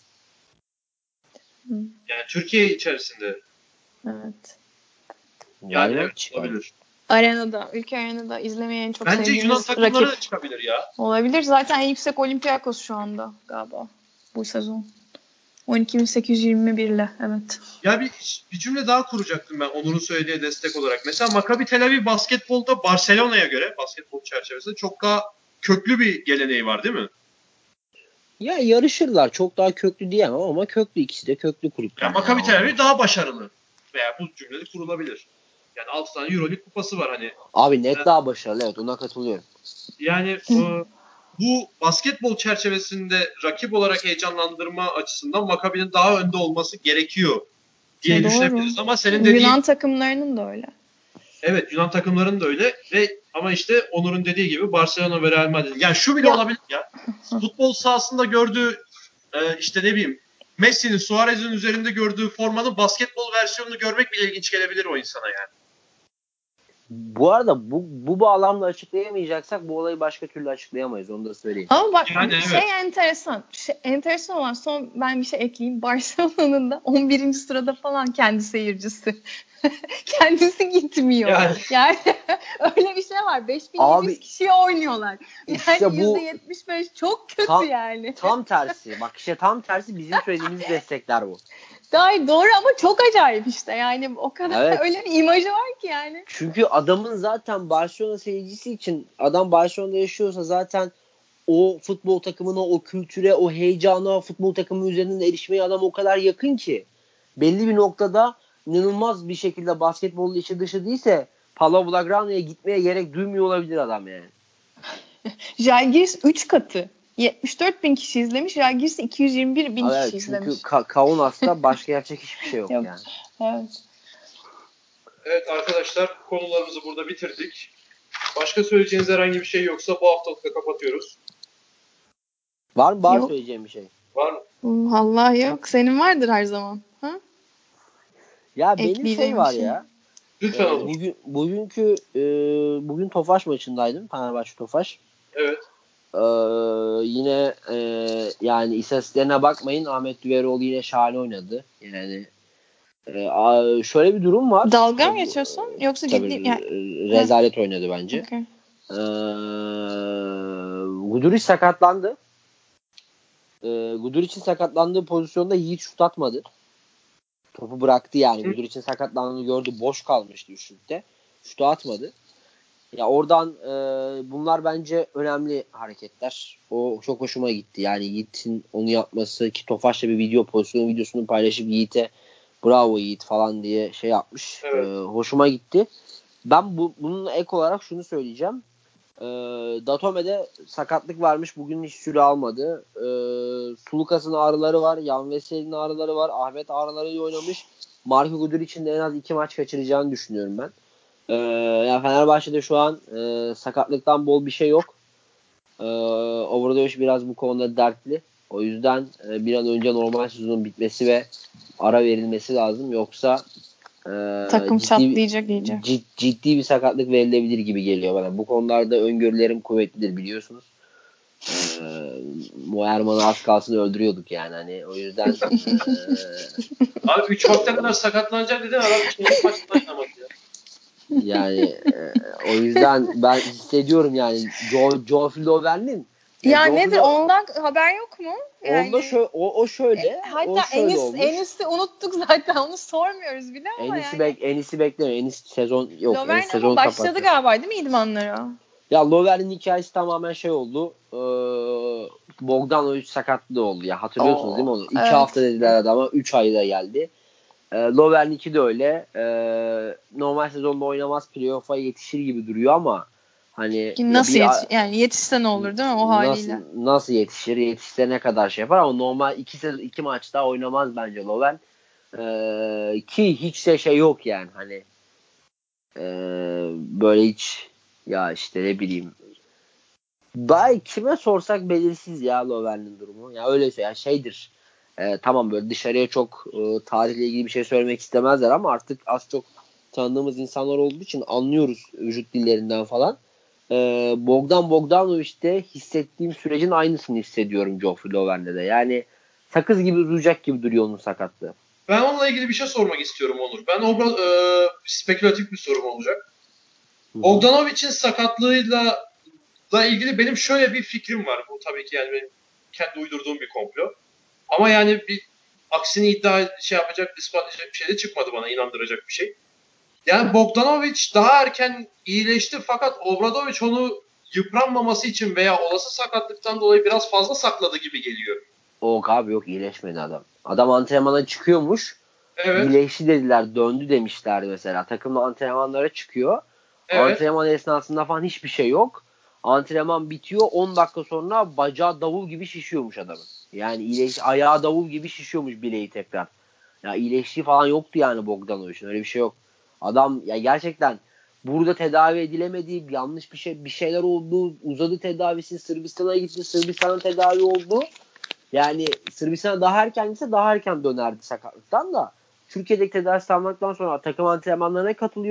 Yani Türkiye içerisinde. Evet. Yani evet olabilir. Arenada, ülke arenada izlemeyi en çok bence sevdiğimiz Yunan takımları rakip. da çıkabilir ya. Olabilir. Zaten en yüksek Olympiakos şu anda galiba bu sezon. 12.821 ile evet. Ya bir cümle daha kuracaktım ben Onur'un söylediğine destek olarak. Mesela Maccabi Tel Aviv basketbolda Barcelona'ya göre basketbol çerçevesinde çok daha köklü bir geleneği var değil mi? Ya yarışırlar. Çok daha köklü diyemem ama köklü. İkisi de köklü kulüpler. Yani Maccabi Tel Aviv daha başarılı. Veya bu cümlede kurulabilir. Yani 6 tane Euroleague kupası var hani. Abi net daha başarılı. Evet ona katılıyorum. Yani bu basketbol çerçevesinde rakip olarak heyecanlandırma açısından Maccabi'nin daha önde olması gerekiyor diye düşünebiliriz. Ama senin dediğin... Yunan takımlarının da öyle. Evet Yunan takımlarının da öyle ama işte Onur'un dediği gibi Barcelona ve Real Madrid. Yani şu bile olabilir ya. Futbol sahasında gördüğü işte ne bileyim Messi'nin Suarez'in üzerinde gördüğü formanın basketbol versiyonunu görmek bile ilginç gelebilir o insana yani. Bu arada bu bağlamda açıklayamayacaksak bu olayı başka türlü açıklayamayız. Onu da söyleyeyim. Ama bak Yani şey evet. enteresan. Enteresan olan son ben bir şey ekleyeyim. Barcelona'nın da 11. sırada falan kendi seyircisi. Kendisi gitmiyor. Yani öyle bir şey var. 5700 kişiye oynuyorlar. Yani işte bu %75 çok kötü yani. Tam tersi. Bak işte tam tersi bizim söylediğimiz destekler bu. Doğru ama çok acayip işte. Yani o kadar Evet. öyle bir imajı var ki yani. Çünkü adamın zaten Barcelona seyircisi için adam Barcelona'da yaşıyorsa zaten o futbol takımına, o kültüre, o heyecana, o futbol takımı üzerinden erişmeye adam o kadar yakın ki belli bir noktada inanılmaz bir şekilde basketbolun içi dışı değilse Palau Blaugrana'ya gitmeye gerek duymuyor olabilir adam yani. Žalgiris 3 katı. 74 bin kişi izlemiş. Žalgiris 221 bin Evet, kişi izlemiş. çünkü Kaunas'ta başka yapacak hiçbir şey yok yani. Evet. Evet arkadaşlar, konularımızı burada bitirdik. Başka söyleyeceğiniz herhangi bir şey yoksa bu haftalık da kapatıyoruz. Var mı? Yok. Söyleyeceğim bir şey? Var mı? Vallahi yok. Senin vardır her zaman. Ha? Ya benim şey var ya. Lütfen Onur. Bugün Tofaş maçındaydım. Fenerbahçe Tofaş. Evet. Yine yani istatistiklerine bakmayın. Ahmet Düveroğlu yine şahane oynadı. Yani şöyle bir durum var. Dalga mı geçiyorsun? Yoksa Tabii ciddi yani. rezalet oynadı bence. Okay. Guduric sakatlandı. Guduric'in sakatlandığı pozisyonda Yiğit şut atmadı. Topu bıraktı yani. Guduric'in sakatlandığını gördü. Boş kalmıştı üçlükte. Şutu atmadı. Ya oradan bunlar bence önemli hareketler. O çok hoşuma gitti. Yani Yiğit'in onu yapması ki Tofaş'la bir videosunu paylaşıp Yiğit'e bravo Yiğit falan diye şey yapmış. Evet. Hoşuma gitti. Ben bununla ek olarak şunu söyleyeceğim. Datome'de sakatlık varmış. Bugün hiç süre almadı. Sulukas'ın ağrıları var. Yan Veseli'nin ağrıları var. Ahmet ağrılarıyla oynamış. Marko Guduric'in de en az 2 maç kaçıracağını düşünüyorum ben. Yani Fenerbahçe'de şu an sakatlıktan bol bir şey yok. Obradoviç biraz bu konuda dertli. O yüzden bir an önce normal sezonun bitmesi ve ara verilmesi lazım. Yoksa takım çatlayacak iyice. Ciddi bir sakatlık verilebilir gibi geliyor bana. Bu konularda öngörülerim kuvvetlidir biliyorsunuz. Moerman'ı az kalsın öldürüyorduk yani. Hani o yüzden Abi 3 vakte kadar sakatlanacak dedin, adam çeyrek maçta oynamadı ya. Yani o yüzden ben hissediyorum yani Joe Flover'in ya nedir? Ondan haber yok mu? Yani, onda şöyle hatta olmuş. Enis'i unuttuk zaten. Onu sormuyoruz bile ama Enis'i beklemiyor. Enis sezon yok. Lovern Enis ama sezon başladı kapattı. galiba değil mi idmanlara? Ya Lovern'in hikayesi tamamen şey oldu. Bogdanovic sakatlığı oldu ya. Hatırlıyorsunuz değil mi onu? 2 hafta dediler adama. 3 ayda geldi. Lovern 2 de öyle. Normal sezonda oynamaz, playoff'a yetişir gibi duruyor ama hani Nasıl yani yetişse ne olur değil mi o haliyle? Nasıl yetişir? Yetişse ne kadar şey yapar ama normal 2 maç daha oynamaz bence Lovern. Ki hiç de şey yok yani hani böyle hiç ya işte ne bileyim kime sorsak belirsiz ya Lovern'in durumu. Ya öyle şey yani şeydir. Tamam böyle dışarıya çok tarihle ilgili bir şey söylemek istemezler ama artık az çok tanıdığımız insanlar olduğu için anlıyoruz vücut dillerinden falan. Bogdanovic'te hissettiğim sürecin aynısını hissediyorum Geoffrey Lovern'de de. Yani sakız gibi uzayacak gibi duruyor onun sakatlığı. Ben onunla ilgili bir şey sormak istiyorum Onur. Spekülatif bir sorum olacak. Bogdanovic'in sakatlığıyla ilgili benim şöyle bir fikrim var. Bu tabii ki yani benim kendi uydurduğum bir komplo. Ama yani bir aksini ispatlayacak bir şey de çıkmadı bana, inandıracak bir şey. Yani Bogdanovic daha erken iyileşti fakat Obradovic onu yıpranmaması için veya olası sakatlıktan dolayı biraz fazla sakladı gibi geliyor. Yok iyileşmedi adam. Adam antrenmana çıkıyormuş. Evet. İyileşti dediler, döndü demişlerdi mesela. Takımla antrenmanlara çıkıyor. Evet. Antrenman esnasında falan hiçbir şey yok. Antrenman bitiyor. 10 dakika sonra bacağı davul gibi şişiyormuş adamın. Yani ayağı davul gibi şişiyormuş bileği tekrar. Ya iyileştiği falan yoktu yani Bogdanovic'in. Öyle bir şey yok. Adam ya gerçekten burada tedavi edilemediği yanlış bir şeyler oldu. Uzadı tedavisi. Sırbistan'a gitti. Sırbistan'a tedavi oldu. Yani Sırbistan'a daha erken gitse daha erken dönerdi sakatlıktan da. Türkiye'deki tedavisi almaktan sonra takım antrenmanlarına katılıyor.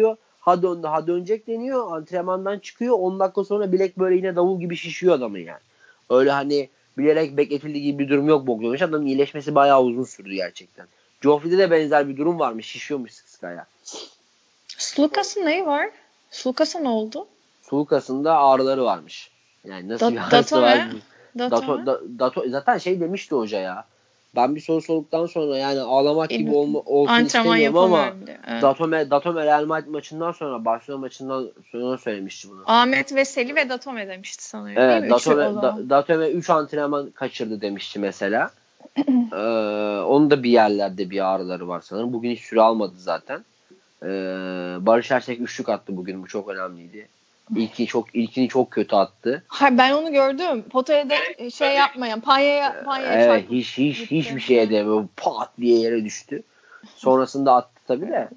ha döndü ha dönecek deniyor. Antrenmandan çıkıyor. 10 dakika sonra bilek böyle yine davul gibi şişiyor adamın yani. Öyle hani bilerek bekletildiği gibi bir durum yok Bogdanovic. Adamın iyileşmesi bayağı uzun sürdü gerçekten. Joffrey'de de benzer bir durum varmış. Şişiyormuş sık sık ayağı. Sulukas'ın neyi var? Sulukas'a ne oldu? Sulukasında ağrıları varmış. Yani nasıl bir ağrısı var? Datome? Zaten şey demişti hoca ya. Ben bir soru sorduktan sonra yani ağlamak gibi olsun Antrenman istemiyorum ama diye. Evet. Datome Real Madrid maçından sonra Barcelona maçından sonra söylemişti bunu. Ahmet Veseli ve Datome demişti sanıyorum. Evet, değil mi? Üçü o zaman. Datome 3 antrenman kaçırdı demişti mesela. Onun da bir yerlerde bir ağrıları var sanırım. Bugün hiç süre almadı zaten. Barış Ersek üçlük attı bugün. Bu çok önemliydi. İlkini çok kötü attı. Hayır, ben onu gördüm. Potaya da şey yapmayan, panyaya Evet, çarpıp hiçbir şeye de böyle pat diye yere düştü. Sonrasında attı tabii de.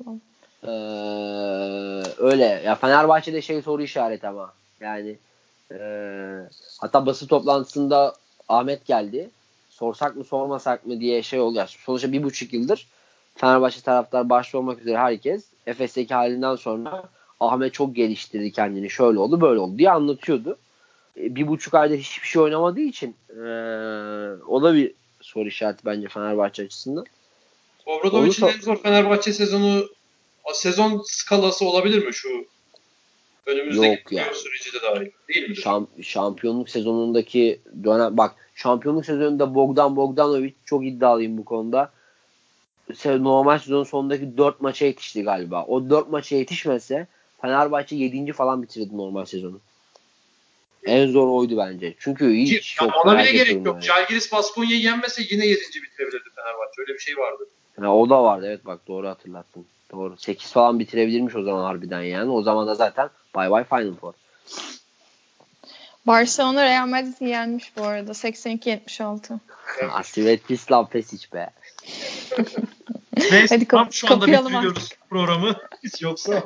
Öyle. Ya Fenerbahçe'de şey soru işareti ama. Yani hatta basın toplantısında Ahmet geldi. Sorsak mı sormasak mı diye şey oldu. Yani sonuçta 1,5 yıldır Fenerbahçe taraftar başta olmak üzere herkes Efes'teki halinden sonra Ahmet çok geliştirdi kendini. Şöyle oldu böyle oldu diye anlatıyordu. 1,5 ayda hiçbir şey oynamadığı için o da bir soru işareti bence Fenerbahçe açısından. Obradovic'in en zor Fenerbahçe sezon skalası olabilir mi şu önümüzdeki oyun süreci de dahil değil midir? Şampiyonluk sezonundaki dönem bak şampiyonluk sezonunda Bogdanovic çok iddialıyım bu konuda. Normal sezon sonundaki 4 maça yetişti galiba. O 4 maça yetişmese Fenerbahçe 7. falan bitirdi normal sezonu. En zor oydu bence. Çünkü hiç çok ona bile gerek yok. Yani. Žalgiris Baskonya'yı yenmese yine 7. bitirebilirdi Fenerbahçe. Öyle bir şey vardı. O da vardı. Evet bak doğru hatırlattın. Doğru. 8 falan bitirebilirmiş o zaman harbiden yani. O zaman da zaten bye bye Final Four. Barcelona Real Madrid'i yenmiş bu arada. 82-76. Asivet Pislav Pesic be. Neyse Hadi tam şu anda bitiriyoruz artık programı. Hiç yoksa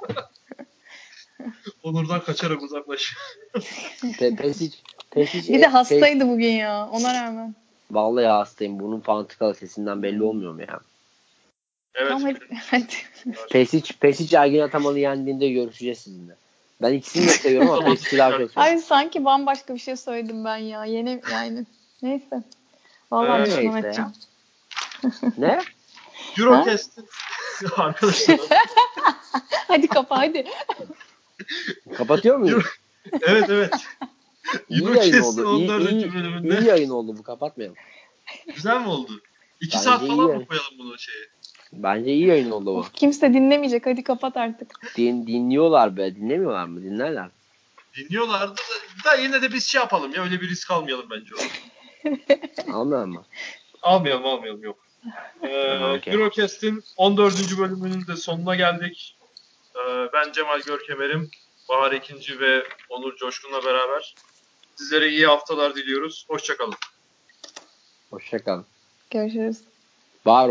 Onur'dan kaçarak uzaklaş. Pesic bir de hastaydı bugün ya. Ona rağmen. Vallahi hastayım. Bunun falan tıkalı sesinden belli olmuyor mu ya? Evet. Tamam hadi. Pesic Ergin Ataman'ı yendiğinde görüşeceğiz sizinle. Ben ikisini de seviyorum ama Pesic'i daha çok seviyorum. Ay sanki bambaşka bir şey söyledim ben ya. Yeni yani. Neyse. Vallahi düşman edeceğim. Ne? Eurocast'in arkadaşlar. Hadi kapa hadi. Kapatıyor muyum? Evet. İyi yayın oldu. 14. bölümünde. İyi yayın oldu bu. Kapatmayalım. Güzel mi oldu? 2 Bence saat falan mı koyalım bunu şeye? Bence iyi yayın oldu bu. Kimse dinlemeyecek. Hadi kapat artık. Dinliyorlar be. Dinlemiyorlar mı? Dinlerler. Dinliyorlardı da yine de biz şey yapalım ya. Öyle bir risk almayalım bence. Almayalım mı? Almayalım yok. Okay. Eurocast'in 14. bölümünün de sonuna geldik. Ben Cemal Görkemer'im. Bahar Ekinci ve Onur Coşkun'la beraber. Sizlere iyi haftalar diliyoruz. Hoşçakalın. Hoşçakalın. Görüşürüz. Var